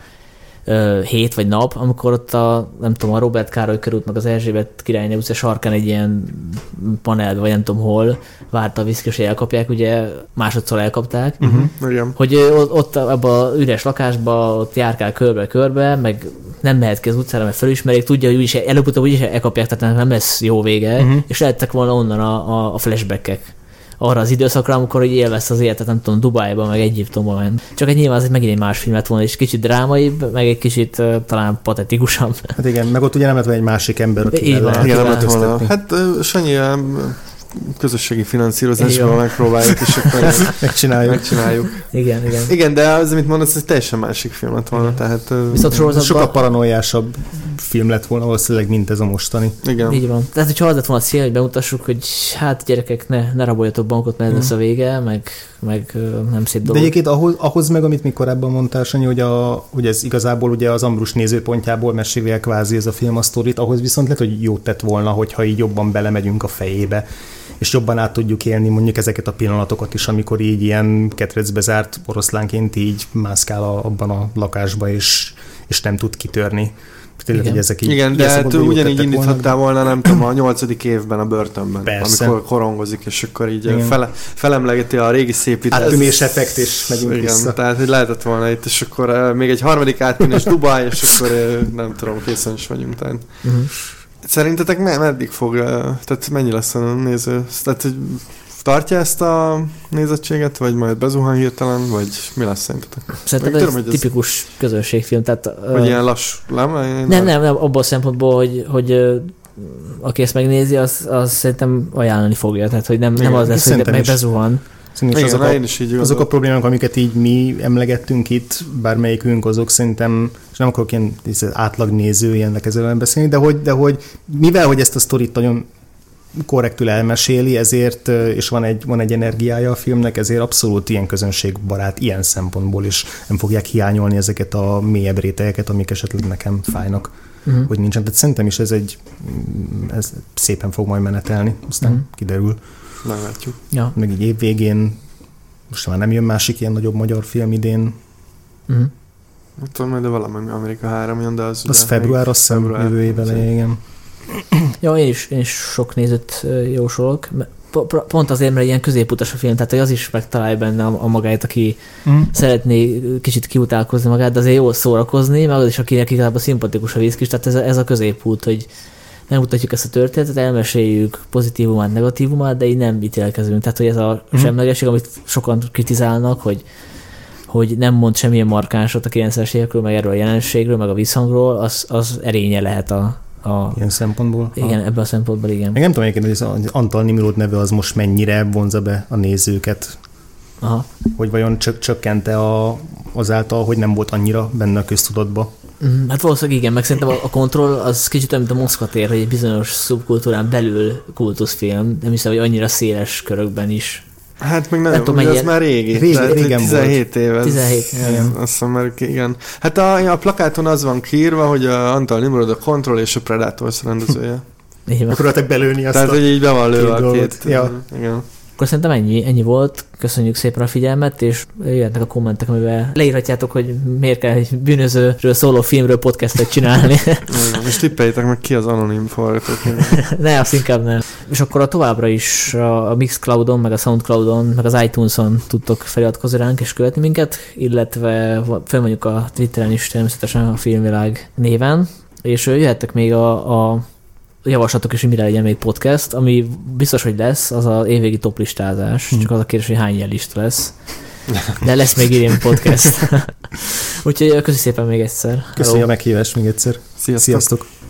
ö, hét vagy nap, amikor ott a, nem tudom, a Robert Károly körút, meg az Erzsébet királyné utca sarkán egy ilyen panelbe, vagy nem tudom hol, várta a viszkis, hogy elkapják, ugye másodszor elkapták, uh-huh, hogy ott, ott abban az üres lakásban ott járkál körbe-körbe, meg nem mehet ki az utcára, mert felismerik, tudja, hogy úgyis előbb-utóbb úgyis elkapják, tehát nem lesz jó vége, uh-huh. és lehettek volna onnan a, a, a flashbackek arra az időszakra, amikor hogy élvezte az életet, nem tudom, Dubájban, meg Egyiptomban. Csak egy nyilván az egy megint egy más film lett volna, és kicsit drámaibb, meg egy kicsit uh, talán patetikusabb. Hát igen, meg ott ugye nem lett volna egy másik ember, aki lehet. Hát uh, Sanyi, közösségi finanszírozásban megpróbáljuk, és akkor megcsináljuk. megcsináljuk. Igen, igen. Igen, de az, amit mondasz, ez teljesen másik film lett volna, tehát... Viszont sokkal paranoiásabb film lett volna valószínűleg, mint ez a mostani. Igen. Így van. Tehát, hogyha az lett volna a cél, hogy bemutassuk, hogy hát gyerekek, ne, ne raboljatok bankot, mert ez lesz a vége, meg, meg nem szép dolog. De egyébként ahhoz, ahhoz meg, amit még korábban mondtál, Sanyi, hogy, a, hogy ez igazából ugye az Ambrus nézőpontjából meséli kvázi ez a film a sztorit, ahhoz viszont lehet, hogy jót tett volna, hogyha így jobban belemegyünk a fejébe, és jobban át tudjuk élni mondjuk ezeket a pillanatokat is, amikor így ilyen ketrecbe zárt oroszlánként így mászkál a, abban a lakásba, és, és nem tud kitörni. Tényleg, hogy ezek így, igen, de hát ugyanígy indíthattál volna, nem tudom, a nyolcadik évben a börtönben, persze. Amikor korongozik, és akkor így fele, felemlegeti a régi szép időt. Áttűnés effekt, és megyünk igen, vissza. Tehát, hogy lehetett volna itt, és akkor még egy harmadik áttűnés Dubáj, és akkor nem tudom, készen is vagyunk. Tehát. Uh-huh. Szerintetek meddig fog, tehát mennyi lesz a néző? Tehát, hogy tartja ezt a nézettséget, vagy majd bezuhan hirtelen, vagy mi lesz szerintetek? Szerintem ez tudom, tipikus ez... közönségfilm. Tehát, hogy uh, ilyen lass, nem? Nem, nem, nem, nem, abban a szempontból, hogy, hogy uh, aki ezt megnézi, az, az szerintem ajánlani fogja. Tehát, hogy nem, nem az lesz, hogy meg bezuhan. Igen, azok, a, azok a problémák, amiket így mi emlegettünk itt, bármelyikünk, azok szerintem, és nem akarok ilyen átlag néző ilyen lekezelően beszélni, de hogy, de hogy mivel, hogy ezt a sztorit nagyon korrektül elmeséli, ezért, és van egy, van egy energiája a filmnek, ezért abszolút ilyen közönségbarát ilyen szempontból is nem fogják hiányolni ezeket a mélyebb rétegeket, amik esetleg nekem fájnak, uh-huh. hogy nincsen. Tehát szerintem is ez egy, ez szépen fog majd menetelni, aztán uh-huh. kiderül. Meglátjuk. Ja. Meg így évvégén, most már nem jön másik ilyen nagyobb magyar film idén. Uh-huh. Nem tudom, de valami Amerika három jön, de az... Az február, azt hiszem, jövő év elején, igen. Ja, én is, én is sok nézőt jósolok. Pont azért, mert ilyen középutas a film, tehát hogy az is megtalálja benne a, a magáit, aki mm. szeretné kicsit kiutálkozni magát, de azért jól szórakozni, meg az is, akinek igazából szimpatikus a Viszkis, tehát ez a, ez a középút, hogy megmutatjuk ezt a történetet, elmeséljük pozitívumát, negatívumát, de így nem ítélkezünk. Tehát, hogy ez a mm. semlegesség, amit sokan kritizálnak, hogy hogy nem mond semmilyen markánsot a kilencvenes évekről, meg erről a jelenségről, meg a visszhangról, az, az erénye lehet a, a... Ilyen szempontból? Igen, ebben a szempontból igen. Még nem tudom egyébként, hogy az Antal Nimrod neve az most mennyire vonza be a nézőket. Aha. Hogy vajon csök, csökkente a, azáltal, hogy nem volt annyira benne a köztudatba. Mm, hát valószínűleg igen, meg szerintem a, a kontroll az kicsit olyan, mint a Moszkva tér, hogy egy bizonyos szubkultúrán belül kultuszfilm, nem hiszem, hogy annyira széles körökben is. Hát még nagyon, tudom, ez mennyire... már régi. Régi, tehát régen tizenhét éve. tizenhét, igen. Azt hiszem, mert igen. Hát a, a plakáton az van kiírva, hogy a Antal Nimrod a Control és a Predators rendezője. Akartak belőni azt. Tehát, a hogy így be van lőve a dolgot. két. Ja. Igen. Akkor szerintem ennyi, ennyi volt. Köszönjük szépen a figyelmet, és jöhetnek a kommentek, amivel leírhatjátok, hogy miért kell egy bűnözőről szóló filmről podcastet csinálni. Most tippeljétek meg, ki az anonim forgatók. Ne, azt inkább nem. És akkor a továbbra is a Mixcloudon, meg a Soundcloudon, meg az iTunes-on tudtok feliratkozni ránk és követni minket, illetve felmondjuk a Twitteren is természetesen a Filmvilág néven, és jöhettek még a, a javaslatok is, hogy mire legyen még podcast, ami biztos, hogy lesz, az az évvégi toplistázás, hmm. csak az a kérdés, hogy hány ilyen lista lesz. De lesz még ilyen podcast. Úgyhogy köszi szépen még egyszer. Köszönjük a meghívást még egyszer. Sziasztok! Sziasztok.